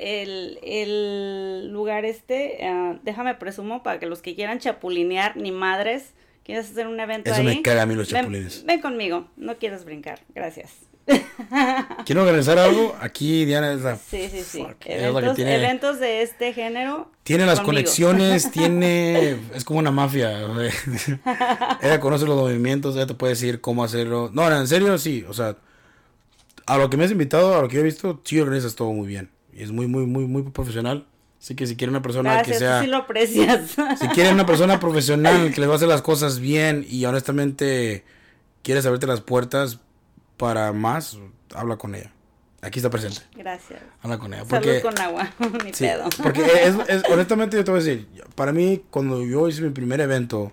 el lugar déjame presumo para que los que quieran chapulinear, ni madres, quieres hacer un evento eso ahí. Eso me caga a mí los chapulines. Ven conmigo, no quieres brincar, gracias. ¿Quieren organizar algo? Aquí Diana es la... Sí. Eventos de este género. Tiene las conexiones, es como una mafia. Ella conoce los movimientos, ella te puede decir cómo hacerlo. No, en serio, sí. O sea, a lo que me has invitado, a lo que yo he visto, sí organizas todo muy bien. Y es muy, muy, muy, muy profesional. Así que si quieren una persona Gracias, que sea... sí lo aprecias. Si quieren una persona profesional que les va a hacer las cosas bien y honestamente quieres abrirte las puertas para más, habla con ella. Aquí está presente. Gracias. Habla con ella. Salud con agua, ni sí, pedo. Porque honestamente yo te voy a decir, para mí cuando yo hice mi primer evento,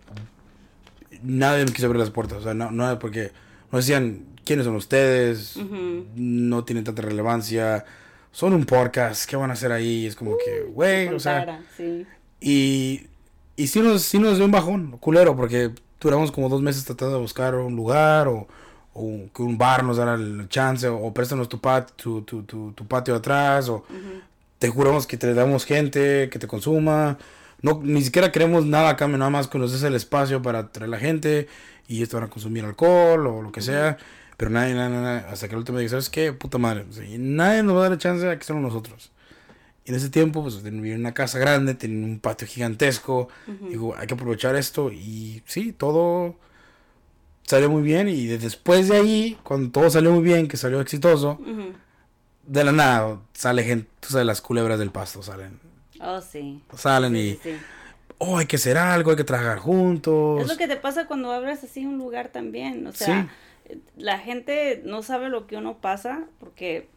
nadie me quiso abrir las puertas. O sea, no porque nos decían, ¿quiénes son ustedes? No tienen tanta relevancia. Son un podcast, ¿qué van a hacer ahí? Es como que, güey, o sea. Sí. Y sí nos dio un bajón, culero, porque duramos como 2 meses tratando de buscar un lugar o que un bar nos diera el chance o préstanos tu patio atrás o te juramos que te damos gente que te consuma, no, ni siquiera queremos nada a cambio, nada más que nos des el espacio para traer la gente y esto van a consumir alcohol o lo que sea, pero nadie, hasta que el último día, ¿sabes qué? Puta madre, o sea, y nadie nos va a dar el chance, aquí estamos nosotros. Y en ese tiempo, pues, vivir en una casa grande, tener un patio gigantesco, digo, hay que aprovechar esto y sí, todo salió muy bien y después de ahí, cuando todo salió muy bien, que salió exitoso, de la nada sale gente, tú sabes, las culebras del pasto salen. Oh, sí. Salen sí. Hay que hacer algo, hay que trabajar juntos. Es lo que te pasa cuando abres así un lugar también, o sea, la gente no sabe lo que uno pasa porque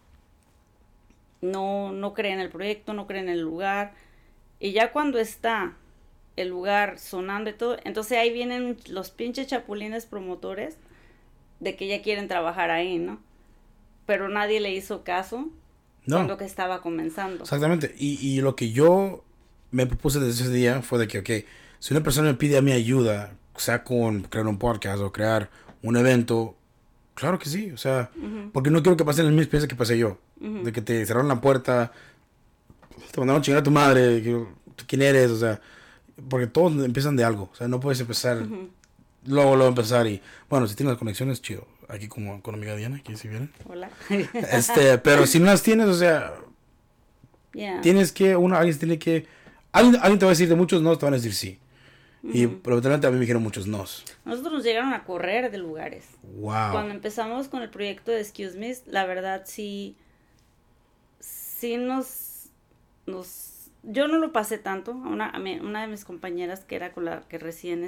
no cree en el proyecto, no cree en el lugar, y ya cuando está el lugar sonando y todo, entonces ahí vienen los pinches chapulines promotores de que ya quieren trabajar ahí, ¿no? Pero nadie le hizo caso. cuando que estaba comenzando. Exactamente. Y lo que yo me propuse desde ese día fue de que, ok, si una persona me pide a mi ayuda, sea con crear un podcast o crear un evento, claro que sí, o sea, porque no quiero que pasen las mismas experiencias que pasé yo, de que te cerraron la puerta, te mandaron a chingar a tu madre, quién eres, o sea, porque todos empiezan de algo, o sea, no puedes empezar, luego empezar y, bueno, si tienes las conexiones, chido, aquí como con amiga Diana, aquí si vienen. Hola. Pero si no las tienes, o sea, tienes que, alguien tiene que, alguien te va a decir de muchos no, te van a decir sí. Y probablemente a mí me dijeron muchos nos. Nosotros nos llegaron a correr de lugares. Wow. Cuando empezamos con el proyecto de Excuse Me, la verdad sí nos yo no lo pasé tanto. Una de mis compañeras que era con la que recién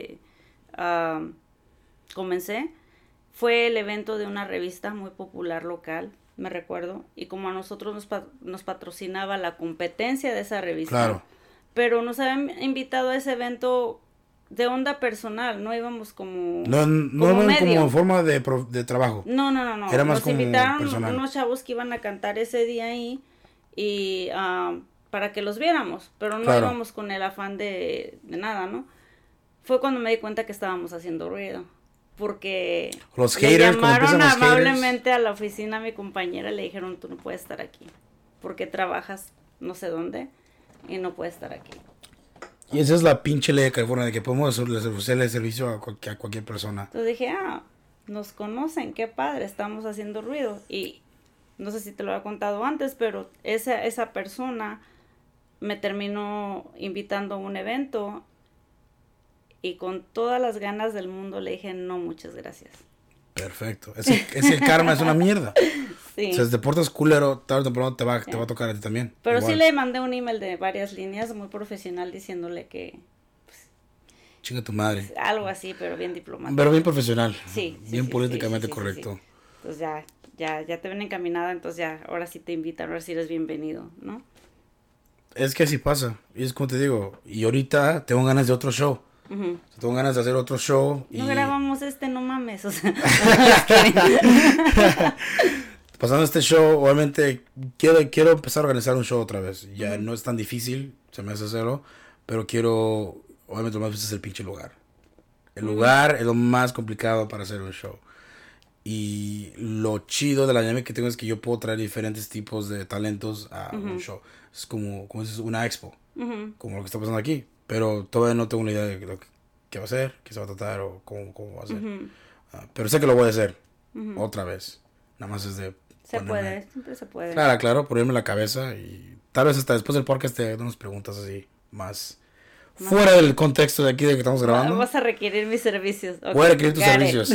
comencé, fue el evento de una revista muy popular local, me recuerdo, y como a nosotros nos patrocinaba la competencia de esa revista. Claro. Pero nos habían invitado a ese evento de onda personal, no íbamos como No iban como en forma de trabajo. No. Era más nos como invitaron personal. Unos chavos que iban a cantar ese día ahí y para que los viéramos, pero no íbamos con el afán de nada, ¿no? Fue cuando me di cuenta que estábamos haciendo ruido, porque los haters, le llamaron amablemente a la oficina a mi compañera y le dijeron, tú no puedes estar aquí, porque trabajas no sé dónde y no puede estar aquí. Y esa es la pinche ley de California, de que podemos hacerle servicio a cualquier persona. Entonces dije, nos conocen, qué padre, estamos haciendo ruido. Y no sé si te lo había contado antes, pero esa persona me terminó invitando a un evento y con todas las ganas del mundo le dije, no, muchas gracias. Perfecto. Ese karma es una mierda. Sí. O sea, si te portas culero, tarde o temprano te va a tocar a ti también. Pero igual. Sí le mandé un email de varias líneas, muy profesional, diciéndole que... Chinga tu madre. Algo así, pero bien diplomático. Pero bien profesional. Sí. Bien políticamente correcto. Sí. Entonces ya te ven encaminada, entonces ya, ahora sí te invitan, ahora sí eres bienvenido, ¿no? Es que así pasa. Y es como te digo, y ahorita tengo ganas de otro show. Tengo ganas de hacer otro show. No grabamos no mames, o sea. Pasando este show, obviamente quiero empezar a organizar un show otra vez. Ya no es tan difícil, se me hace hacerlo, pero quiero, obviamente lo más difícil es el pinche lugar. El lugar es lo más complicado para hacer un show. Y lo chido de la dinámica que tengo es que yo puedo traer diferentes tipos de talentos a un show. Es como dices, una expo, como lo que está pasando aquí. Pero todavía no tengo una idea de lo que va a ser, qué se va a tratar o cómo va a ser. Pero sé que lo voy a hacer otra vez. Nada más es de siempre se puede. Claro, ponerme la cabeza y tal vez hasta después del podcast te hagan unas preguntas así más fuera del contexto de aquí de que estamos grabando. Vas a requerir mis servicios. Okay, voy a requerir tus servicios.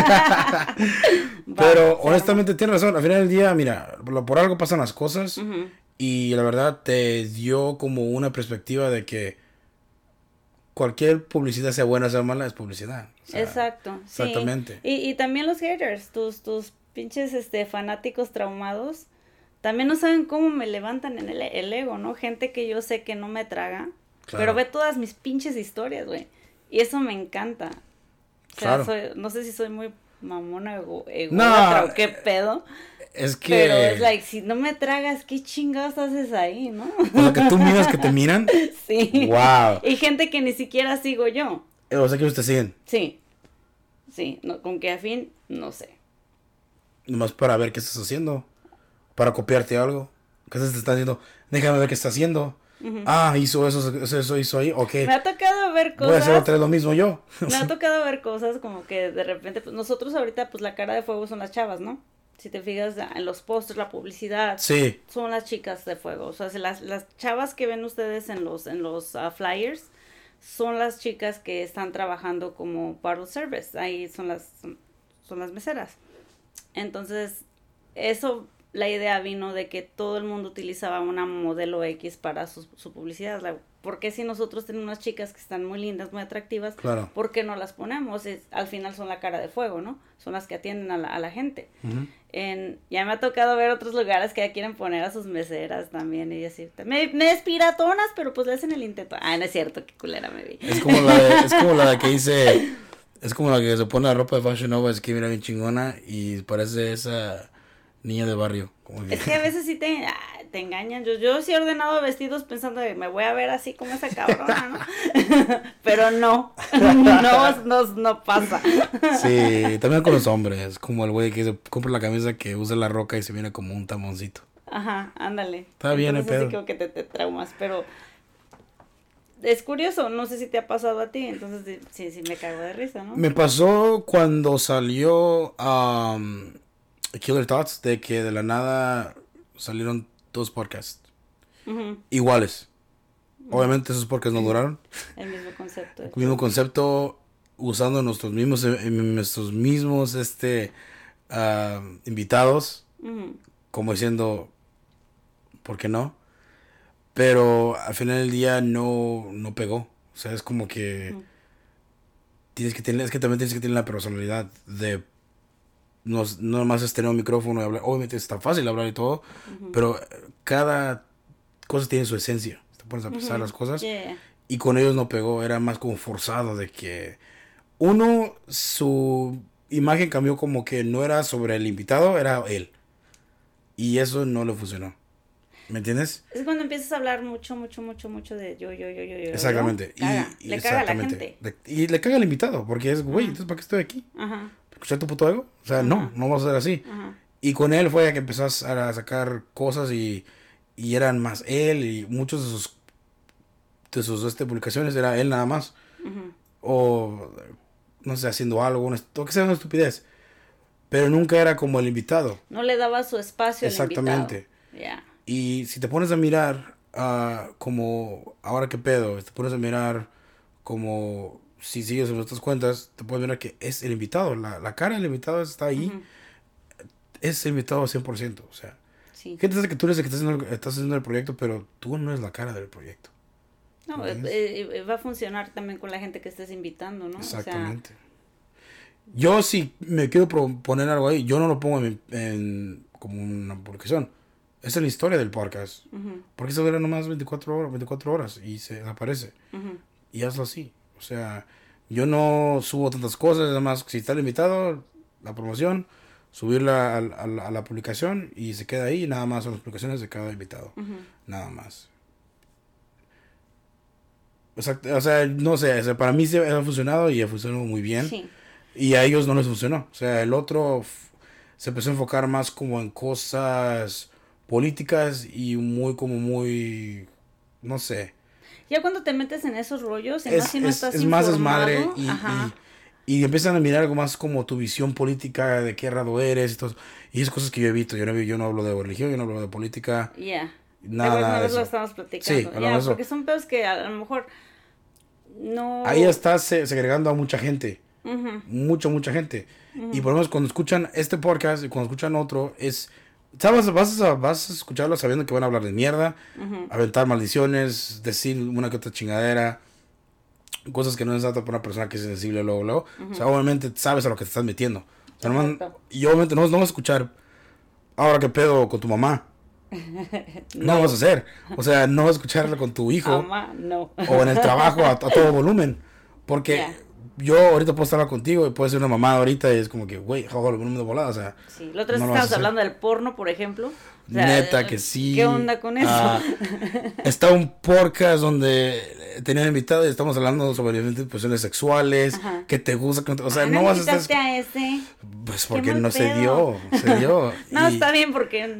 Pero honestamente tienes razón. Al final del día, mira, por algo pasan las cosas y la verdad te dio como una perspectiva de que cualquier publicidad, sea buena o sea mala, es publicidad. O sea, exacto. Exactamente. Sí. Y también los haters, tus pinches fanáticos traumados, también no saben cómo me levantan en el ego, ¿no? Gente que yo sé que no me traga, pero ve todas mis pinches historias, güey. Y eso me encanta. O sea, no sé si soy muy mamona ególatra o qué pedo. Es que... Pero es like, si no me tragas, ¿qué chingados haces ahí, no? O sea, que tú miras que te miran. Sí. Wow. Y gente que ni siquiera sigo yo. O sea, que ellos te siguen. Sí. No, con qué afín, no sé. Nomás para ver qué estás haciendo. Para copiarte algo. ¿Qué se te está haciendo? Déjame ver qué está haciendo. Hizo eso hizo ahí. Ok. Me ha tocado ver cosas. Voy a hacer otra vez lo mismo yo. Me ha tocado ver cosas como que de repente, pues nosotros ahorita, pues la cara de fuego son las chavas, ¿no? Si te fijas en los pósters, la publicidad, sí, son las chicas de fuego. O sea, las chavas que ven ustedes en los flyers son las chicas que están trabajando como bottle service. Ahí son las meseras. Entonces, la idea vino de que todo el mundo utilizaba una modelo X para su publicidad. ¿Por qué si nosotros tenemos unas chicas que están muy lindas, muy atractivas, claro, por qué no las ponemos? Al final son la cara de fuego, ¿no? Son las que atienden a la gente. Ya me ha tocado ver otros lugares que ya quieren poner a sus meseras también y así. Me despiratonas, pero pues le hacen el intento. No es cierto, qué culera me vi. Es como la de que dice... Es como la que se pone la ropa de Fashion Nova, es que mira bien chingona y parece esa niña de barrio. Es que a veces sí te engañan. Yo sí he ordenado vestidos pensando que me voy a ver así como esa cabrona, ¿no? Pero no pasa. Sí, también con los hombres, como el güey que se compra la camisa que usa la roca y se viene como un tamoncito. Ajá, ándale. Está bien, entonces sí creo que te traumas, pero es curioso, no sé si te ha pasado a ti, entonces sí me cago de risa, ¿no? Me pasó cuando salió Killer Thoughts, de que de la nada salieron 2 podcasts iguales. Obviamente esos podcasts no duraron. El mismo concepto. El mismo concepto, usando nuestros mismos invitados, como diciendo, ¿por qué no? Pero al final del día no pegó. O sea, es como que también tienes que tener la personalidad de no nomás es tener un micrófono y hablar. Obviamente es tan fácil hablar y todo, pero cada cosa tiene su esencia. Te pones a pensar las cosas. Yeah. Y con ellos no pegó, era más como forzado de que su imagen cambió, como que no era sobre el invitado, era él. Y eso no le funcionó. ¿Me entiendes? Es cuando empiezas a hablar mucho de yo. Exactamente. Le caga a la gente. Y le caga al invitado, porque es, güey, entonces ¿para qué estoy aquí? Ajá. ¿Escuchar tu puto ego? O sea, no va a ser así. Ajá. Y con él fue que empezó a sacar cosas y eran más él, y muchos de sus publicaciones era él nada más. O, no sé, haciendo algo, o que sea una estupidez. Pero nunca era como el invitado. No le daba su espacio al invitado. Exactamente. Yeah. Y si te pones a mirar como, ahora qué pedo, te pones a mirar como, si sigues en nuestras cuentas, te puedes mirar que es el invitado, la cara del invitado está ahí, es el invitado 100%, o sea, sí. ¿Qué te hace que tú eres el que estás haciendo el proyecto, pero tú no eres la cara del proyecto? No, va a funcionar también con la gente que estés invitando, ¿no? Exactamente. O sea, yo si me quiero poner algo ahí, yo no lo pongo como una publicación. Esa es la historia del podcast. Porque eso dura nomás 24 horas y se desaparece. Y hazlo así. O sea, yo no subo tantas cosas. Además, si está el invitado, la promoción, subirla a la publicación y se queda ahí. Nada más son las publicaciones de cada invitado. Nada más. Exacto, o sea, no sé. Para mí sí ha funcionado y ha funcionado muy bien. Sí. Y a ellos no les funcionó. O sea, el otro se empezó a enfocar más como en cosas políticas y muy, no sé. Ya cuando te metes en esos rollos, y más si no estás es informado, más desmadre y empiezan a mirar algo más como tu visión política, de qué raro eres y todo. Y es cosas que yo evito. Yo no hablo de religión, yo no hablo de política. Ya. Nada de eso. Lo estamos platicando. Sí, de eso. Porque son pedos que a lo mejor no... Ahí estás segregando a mucha gente. Mucha gente. Y por lo menos cuando escuchan este podcast y cuando escuchan otro, ¿sabes? Vas a escucharlo sabiendo que van a hablar de mierda, aventar maldiciones, decir una que otra chingadera, cosas que no es apto para una persona que es sensible luego. O sea, obviamente sabes a lo que te estás metiendo. O sea, y obviamente no vas a escuchar, ahora qué pedo con tu mamá. No lo vas a hacer. O sea, no vas a escucharlo con tu hijo. Mamá, no. O en el trabajo a todo volumen. Porque yo ahorita puedo estar contigo y puede ser una mamada ahorita y es como que, güey, joder, el volumen de volada, o sea. Sí, la otra vez estábamos hablando del porno, por ejemplo. O sea, neta que sí. ¿Qué onda con eso? Está un podcast donde tenían invitado y estamos hablando sobre diferentes posiciones sexuales, que te gusta, o sea, no vas a estar... a ese? Pues porque no se dio. No, está bien porque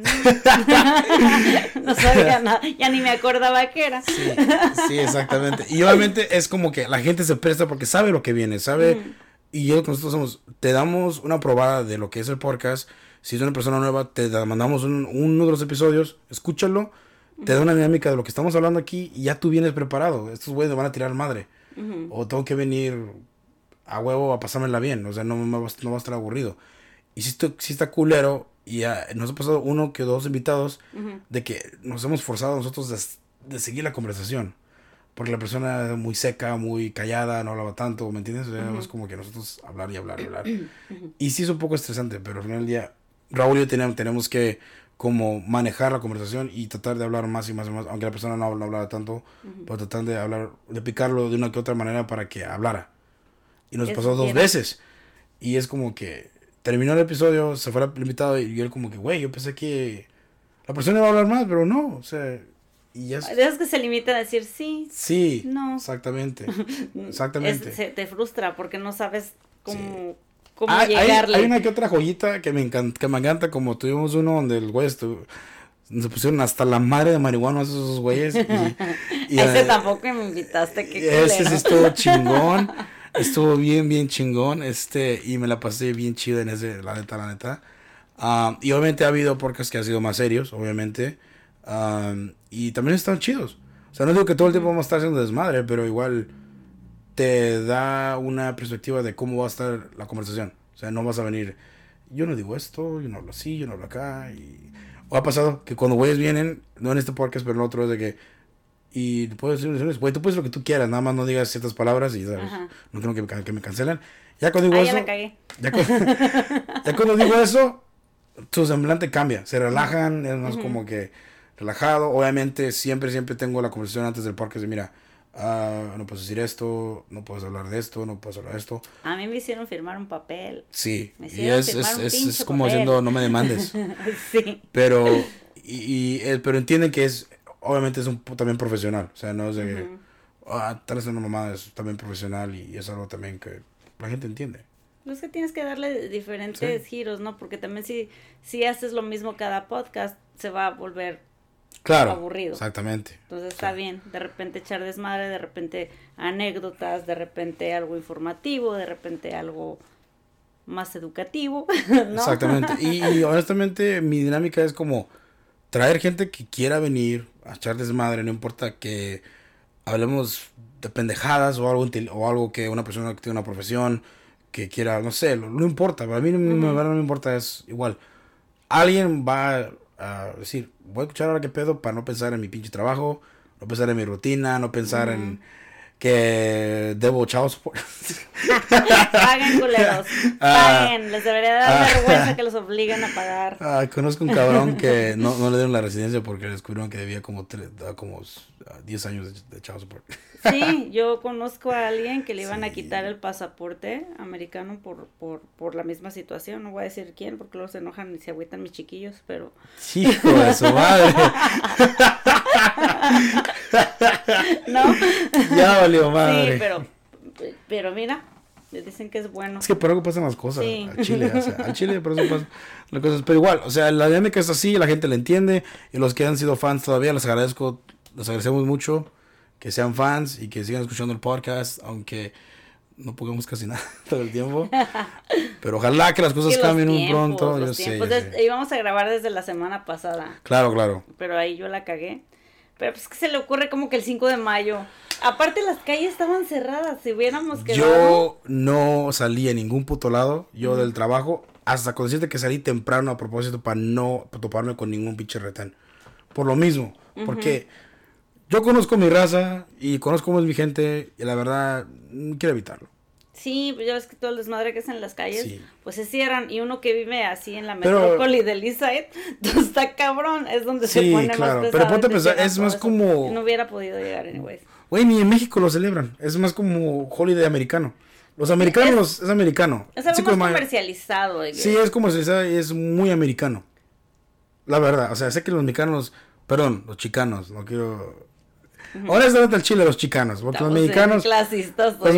no sabía nada, ya ni me acordaba qué era. Sí, exactamente. Y obviamente es como que la gente se presta porque sabe lo que viene, sabe. Y yo con nosotros te damos una probada de lo que es el podcast. Si es una persona nueva, te mandamos uno de los episodios, escúchalo, te da una dinámica de lo que estamos hablando aquí y ya tú vienes preparado. Estos güeyes me van a tirar madre. O tengo que venir a huevo a pasármela bien, o sea, no va a estar aburrido. Y si está culero, y nos ha pasado 1 que 2 invitados de que nos hemos forzado nosotros de seguir la conversación. Porque la persona es muy seca, muy callada, no hablaba tanto, ¿me entiendes? O sea, es como que nosotros hablar. Y sí es un poco estresante, pero al final del día, Raúl y yo tenemos que como manejar la conversación y tratar de hablar más y más, aunque la persona no hablara tanto, pero tratar de hablar, de picarlo de una que otra manera para que hablara. Y nos pasó 2 veces. Y es como que terminó el episodio, se fue el invitado y él como que, güey, yo pensé que la persona iba a hablar más, pero no, o sea, y ya... De esos que se limitan a decir sí. Sí, no. Exactamente, exactamente. Te frustra porque no sabes cómo, sí. cómo llegarle. Hay una que otra joyita que me encanta, como tuvimos uno donde el güey se pusieron hasta la madre de marihuana esos güeyes. Y ese tampoco me invitaste, qué culero. Ese sí estuvo chingón. Estuvo bien chingón. Y me la pasé bien chido en ese, la neta. Y obviamente ha habido podcasts que han sido más serios, obviamente. Y también están chidos. O sea, no digo que todo el tiempo vamos a estar haciendo desmadre, pero igual te da una perspectiva de cómo va a estar la conversación. O sea, no vas a venir, yo no digo esto, yo no hablo así, yo no hablo acá. O ha pasado que cuando güeyes vienen, no en este podcast, pero en otro, es de que, y puedes decir, güey, tú puedes lo que tú quieras, nada más no digas ciertas palabras y, ¿sabes? No quiero que me cancelen. Ya cuando digo eso, ya la cagué. Ya cuando digo eso, su semblante cambia, se relajan, es más como que relajado. Obviamente siempre tengo la conversación antes del podcast de, mira, no puedes decir esto, no puedes hablar de esto, no puedes hablar de esto. A mí me hicieron firmar un papel. Sí, y es como diciendo, no me demandes. Sí. Pero entienden que obviamente es también profesional, o sea, no es de que, tal vez una mamá es también profesional y es algo también que la gente entiende. Es que tienes que darle diferentes giros, ¿no? Porque también si haces lo mismo cada podcast, se va a volver aburrido. Exactamente. Entonces está bien, de repente echar desmadre, de repente anécdotas, de repente algo informativo, de repente algo más educativo, ¿no? Exactamente. Y honestamente mi dinámica es como traer gente que quiera venir a echar desmadre, no importa que hablemos de pendejadas o algo que una persona que tiene una profesión que quiera, no sé, no importa, para mí no me importa, es igual. Alguien va a decir, voy a escuchar ahora qué pedo para no pensar en mi pinche trabajo, no pensar en mi rutina, no pensar en que debo chavos. Paguen, culeros, paguen, les debería dar vergüenza que los obliguen a pagar. Conozco un cabrón que no le dieron la residencia porque descubrieron que debía como 10 años de chavos. Sí, yo conozco a alguien que le iban a quitar el pasaporte americano por la misma situación. No voy a decir quién porque luego se enojan y se agüitan mis chiquillos, pero... ¡Hijo de su madre! ¿No? Ya valió madre. Sí, pero mira, les dicen que es bueno. Es que por algo pasan las cosas. Sí. Al Chile por eso pasan las cosas. Pero igual, o sea, la dinámica es así, la gente la entiende. Y los que han sido fans todavía, les agradecemos mucho que sean fans y que sigan escuchando el podcast, aunque no pongamos casi nada todo el tiempo. Pero ojalá que las cosas cambien muy pronto. Yo sé. Íbamos a grabar desde la semana pasada. Claro. Pero ahí yo la cagué. Pero pues que se le ocurre como que el 5 de mayo. Aparte las calles estaban cerradas, si hubiéramos quedado. Yo no salí a ningún puto lado, yo del trabajo, hasta con decirte que salí temprano a propósito para no toparme con ningún pinche retén. Por lo mismo, porque yo conozco mi raza y conozco cómo es mi gente y la verdad quiero evitarlo. Sí, pues ya ves que todo el desmadre que es en las calles, pues se cierran. Y uno que vive así en la metrópoli del Eastside, entonces está cabrón, es donde se pone más pesado. Pero ponte a pensar, es más como... No hubiera podido llegar anyways. Güey, ni en México lo celebran, es más como holiday americano. Los americanos es americano. Es algo más comercializado. Sí, es comercializado y es muy americano. La verdad, o sea, sé que los mexicanos, perdón, los chicanos, no quiero... Ahora es al Chile los chicanos, porque los mexicanos, nosotros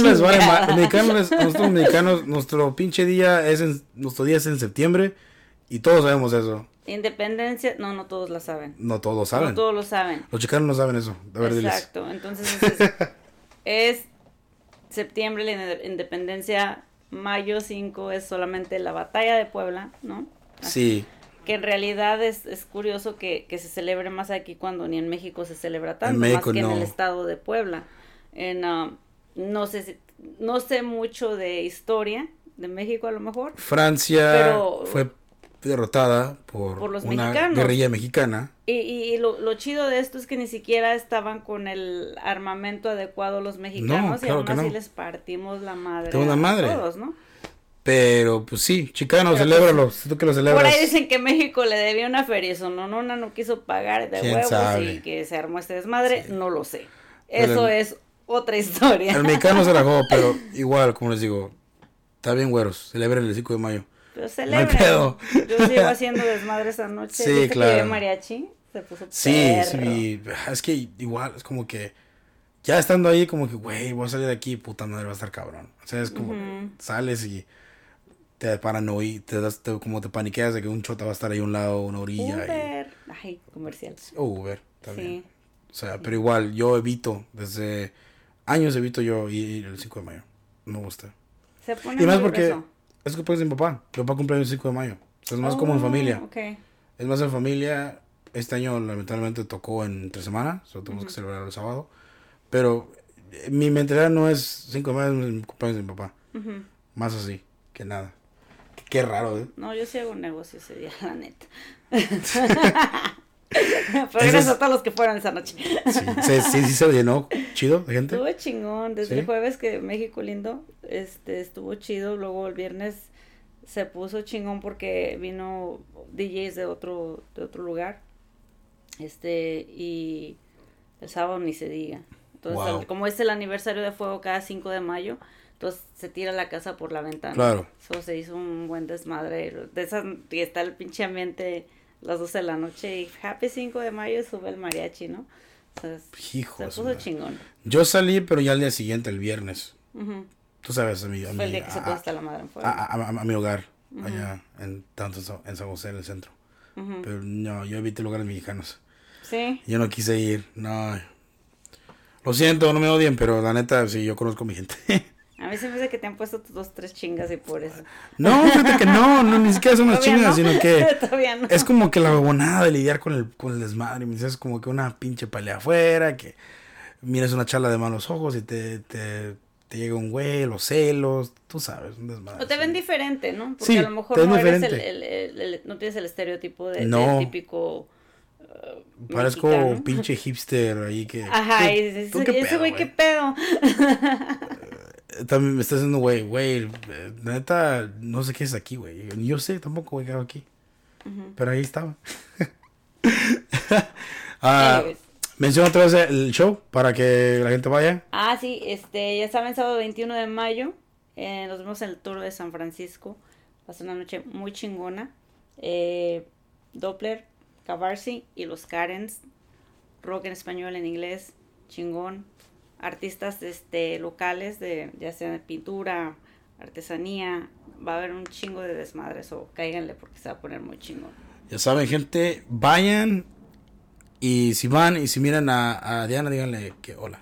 mexicanos, nuestro pinche día nuestro día es en septiembre y todos sabemos eso. Independencia, no todos la saben. No todos saben. No todos lo saben. Los chicanos no saben eso. A ver, exacto, diles. Entonces es septiembre la independencia, mayo 5 es solamente la batalla de Puebla, ¿no? Sí. Que en realidad es curioso que se celebre más aquí cuando ni en México se celebra tanto, más que en el estado de Puebla. No sé mucho de historia de México a lo mejor. Francia fue derrotada por los una mexicanos. Guerrilla mexicana. Y lo chido de esto es que ni siquiera estaban con el armamento adecuado los mexicanos, y aún así les partimos la madre a todos, ¿no? Pero, pues sí, chicano, celébralo. Tú que lo celebras. Por ahí dicen que México le debía una feria y Sononona no quiso pagar de huevos y que se armó este desmadre. Sí. No lo sé. Eso es otra historia. El mexicano se la jugó, pero igual, como les digo, está bien, güeros. Celebren el 5 de mayo. Pero celebren. No hay pedo. Yo sigo haciendo desmadre esa noche. Sí, ¿Viste claro. que llevé mariachi? Se puso Sí, perro. sí, es que igual, es como que ya estando ahí, como que, güey, voy a salir de aquí, puta madre, va a estar cabrón. O sea, es como que sales y te paranoia, como te paniqueas de que un chota va a estar ahí a un lado, una orilla. Uber. Ay, comercial. Uber, también. Sí. O sea, pero igual, yo evito, desde años evito yo ir el 5 de mayo. No me gusta. Se pone Y más muy porque grueso. es que pues mi papá cumple el 5 de mayo. O sea, es más como en familia. Okay. Es más en familia. Este año lamentablemente tocó entre semana, solo tenemos que celebrar el sábado. Pero mi mentalidad no es 5 de mayo, es mi cumpleaños de mi papá. Más así, que nada. Qué raro, ¿eh? No, yo sí hago un negocio ese día, la neta. Pero gracias a todos los que fueron esa noche. Sí, se llenó chido de gente. Estuvo chingón, desde ¿Sí? el jueves que México lindo, estuvo chido, luego el viernes se puso chingón porque vino DJs de otro lugar, y el sábado ni se diga. Entonces, Wow. como es el aniversario de Fuego cada 5 de mayo, entonces se tira la casa por la ventana. Claro. So, se hizo un buen desmadre. Y está el pinche ambiente las 12 de la noche y Happy 5 de mayo sube el mariachi, ¿no? O sea, Hijo se de su puso madre. chingón. Yo salí, pero ya al día siguiente, el viernes. Tú sabes, Fue el día que se puso hasta la madre en fuego. a mi hogar, allá tanto en San José, en el centro. Pero no, yo evité lugares mexicanos. Sí. Yo no quise ir, no. Lo siento, no me odien, pero la neta, sí, yo conozco a mi gente. A mí se me hace que te han puesto 2, 3 chingas y por eso. No, fíjate que no, ni siquiera son las Todavía chingas, no. sino que Todavía no. es como que la huevonada de lidiar con el desmadre. Me dices, es como que una pinche pelea afuera, que miras una charla de malos ojos y te llega un güey, los celos, tú sabes, un desmadre. O te ven sí. diferente, ¿no? Porque Sí, a lo mejor te ven no eres diferente. no tienes el estereotipo del típico Parezco mexicano. pinche hipster ahí que... Ajá, y ¿Tú qué ese pedo, güey, ¿qué pedo? También me está diciendo, güey, neta, no sé qué es aquí, güey. Yo sé, tampoco, güey, aquí. Pero ahí estaba. Anyways. Menciona otra vez el show para que la gente vaya. Ah, sí, ya saben, sábado 21 de mayo, nos vemos en el Tour de San Francisco. Va a ser una noche muy chingona. Doppler, Cavarsi y los Karens, rock en español, en inglés, chingón. Artistas locales, ya sea de pintura, artesanía. Va a haber un chingo de desmadres, o cáiganle porque se va a poner muy chingón. Ya saben, gente, vayan. Y si van y si miran a Diana, díganle que hola.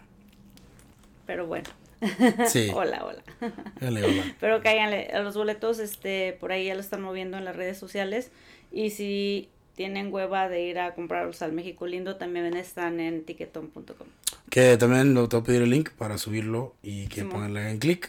Pero bueno. Sí. Hola. Díganle hola. Pero cáiganle, a los boletos, por ahí ya lo están moviendo en las redes sociales. Y si tienen hueva de ir a comprarlos al México Lindo, también están en ticketon.com. Que también te voy a pedir el link para subirlo y que pongan, le hagan clic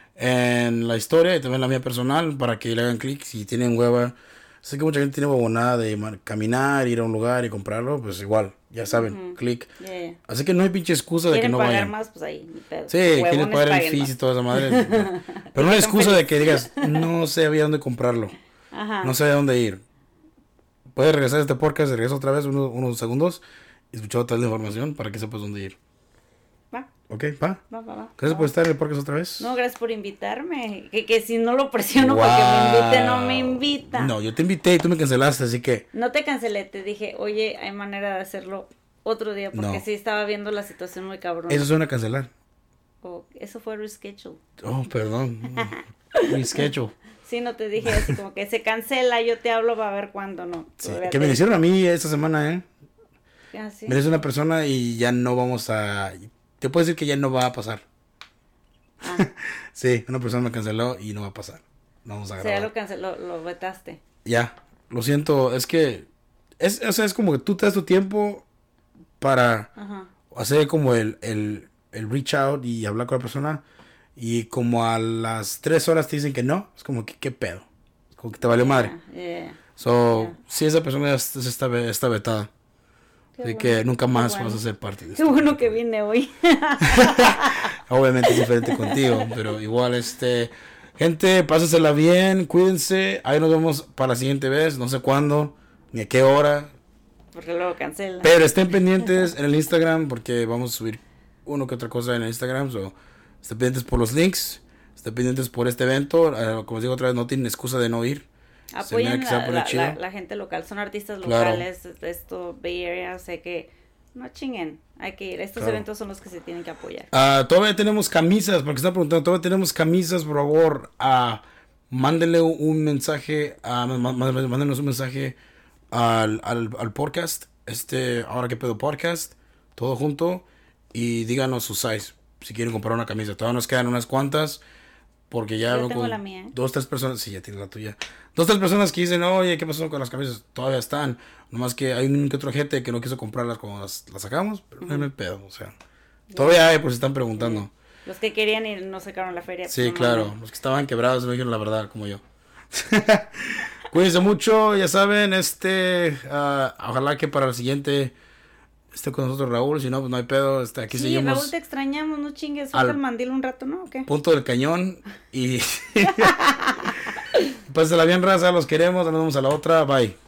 en la historia y también la mía personal para que le hagan clic si tienen hueva. Sé que mucha gente tiene huevonada de caminar, ir a un lugar y comprarlo, pues igual, ya saben, clic. Yeah. Así que no hay pinche excusa de que no pagar vayan. más, pues ahí, ni pedo. Sí, quieren Huevones, pagar el paguen fees más. y toda esa madre. No. Pero no hay excusa de que digas, no sabía dónde comprarlo. Ajá. No sabía dónde ir. Puedes regresar a este podcast, regresa otra vez unos segundos y escuchar toda la información para que sepas dónde ir. Va. ¿Ok? ¿Va? Va. Gracias por estar en el podcast otra vez. No, gracias por invitarme. Que si no lo presiono para que me invite, no me invita. No, yo te invité y tú me cancelaste, así que... No te cancelé, te dije, oye, hay manera de hacerlo otro día, porque No. sí estaba viendo la situación muy cabrón. Eso suena a cancelar. Eso fue reschedule. Oh, perdón. Reschedule. Sí, no te dije así como que se cancela, yo te hablo, va a ver cuándo no. Sí, Todavía que me lo hicieron a mí esta semana, ¿eh? Ah, ¿sí? Me lo hizo una persona y ya no vamos a... Te puedo decir que ya no va a pasar. Ah. Sí, una persona me canceló y no va a pasar. No vamos a O grabar. sea, ya lo canceló, lo vetaste. Ya, lo siento, es que... O sea, es como que tú te das tu tiempo para Ajá. hacer como el reach out y hablar con la persona. Y como a las 3 horas te dicen que no, es como que qué pedo. Es como que te valió madre. Yeah. So, sí, esa persona ya está vetada. Qué Así bueno, que nunca qué más bueno. vas a ser parte de Qué esto. bueno que vine hoy. Obviamente es diferente contigo, pero igual, gente, pásensela bien, cuídense. Ahí nos vemos para la siguiente vez, no sé cuándo, ni a qué hora. Porque luego cancela. Pero estén pendientes en el Instagram porque vamos a subir uno que otra cosa en el Instagram. So, estén pendientes por los links, estén pendientes por este evento. Como les digo otra vez, no tienen excusa de no ir. Apoyen la gente local, son artistas locales, esto, Bay Area, sé que no chinguen, hay que ir, estos eventos son los que se tienen que apoyar. Todavía tenemos camisas, porque están preguntando, todavía tenemos camisas, por favor, mándenle un mensaje, mándenos un mensaje al podcast, Ahora que Pedo Podcast, todo junto, y díganos su size, si quieren comprar una camisa. Todavía nos quedan unas cuantas, porque ya yo tengo la mía, 2-3 personas, sí, ya tienes la tuya, 2-3 personas que dicen, oye, ¿qué pasó con las camisas? Todavía están, nomás que hay un que otro gente que no quiso comprarlas cuando las sacamos, pero no hay pedo, o sea, todavía hay, pues están preguntando. Los que querían y no sacaron la feria. Sí, pues, claro, los que estaban quebrados me dijeron la verdad, como yo. Cuídense mucho, ya saben, ojalá que para el siguiente esté con nosotros Raúl, si no, pues no hay pedo, aquí sí, seguimos. Raúl, te extrañamos, no chingues, suelta el mandil un rato, ¿no? ¿O qué? Punto del cañón, y pásala bien, raza, los queremos, nos vemos a la otra, bye.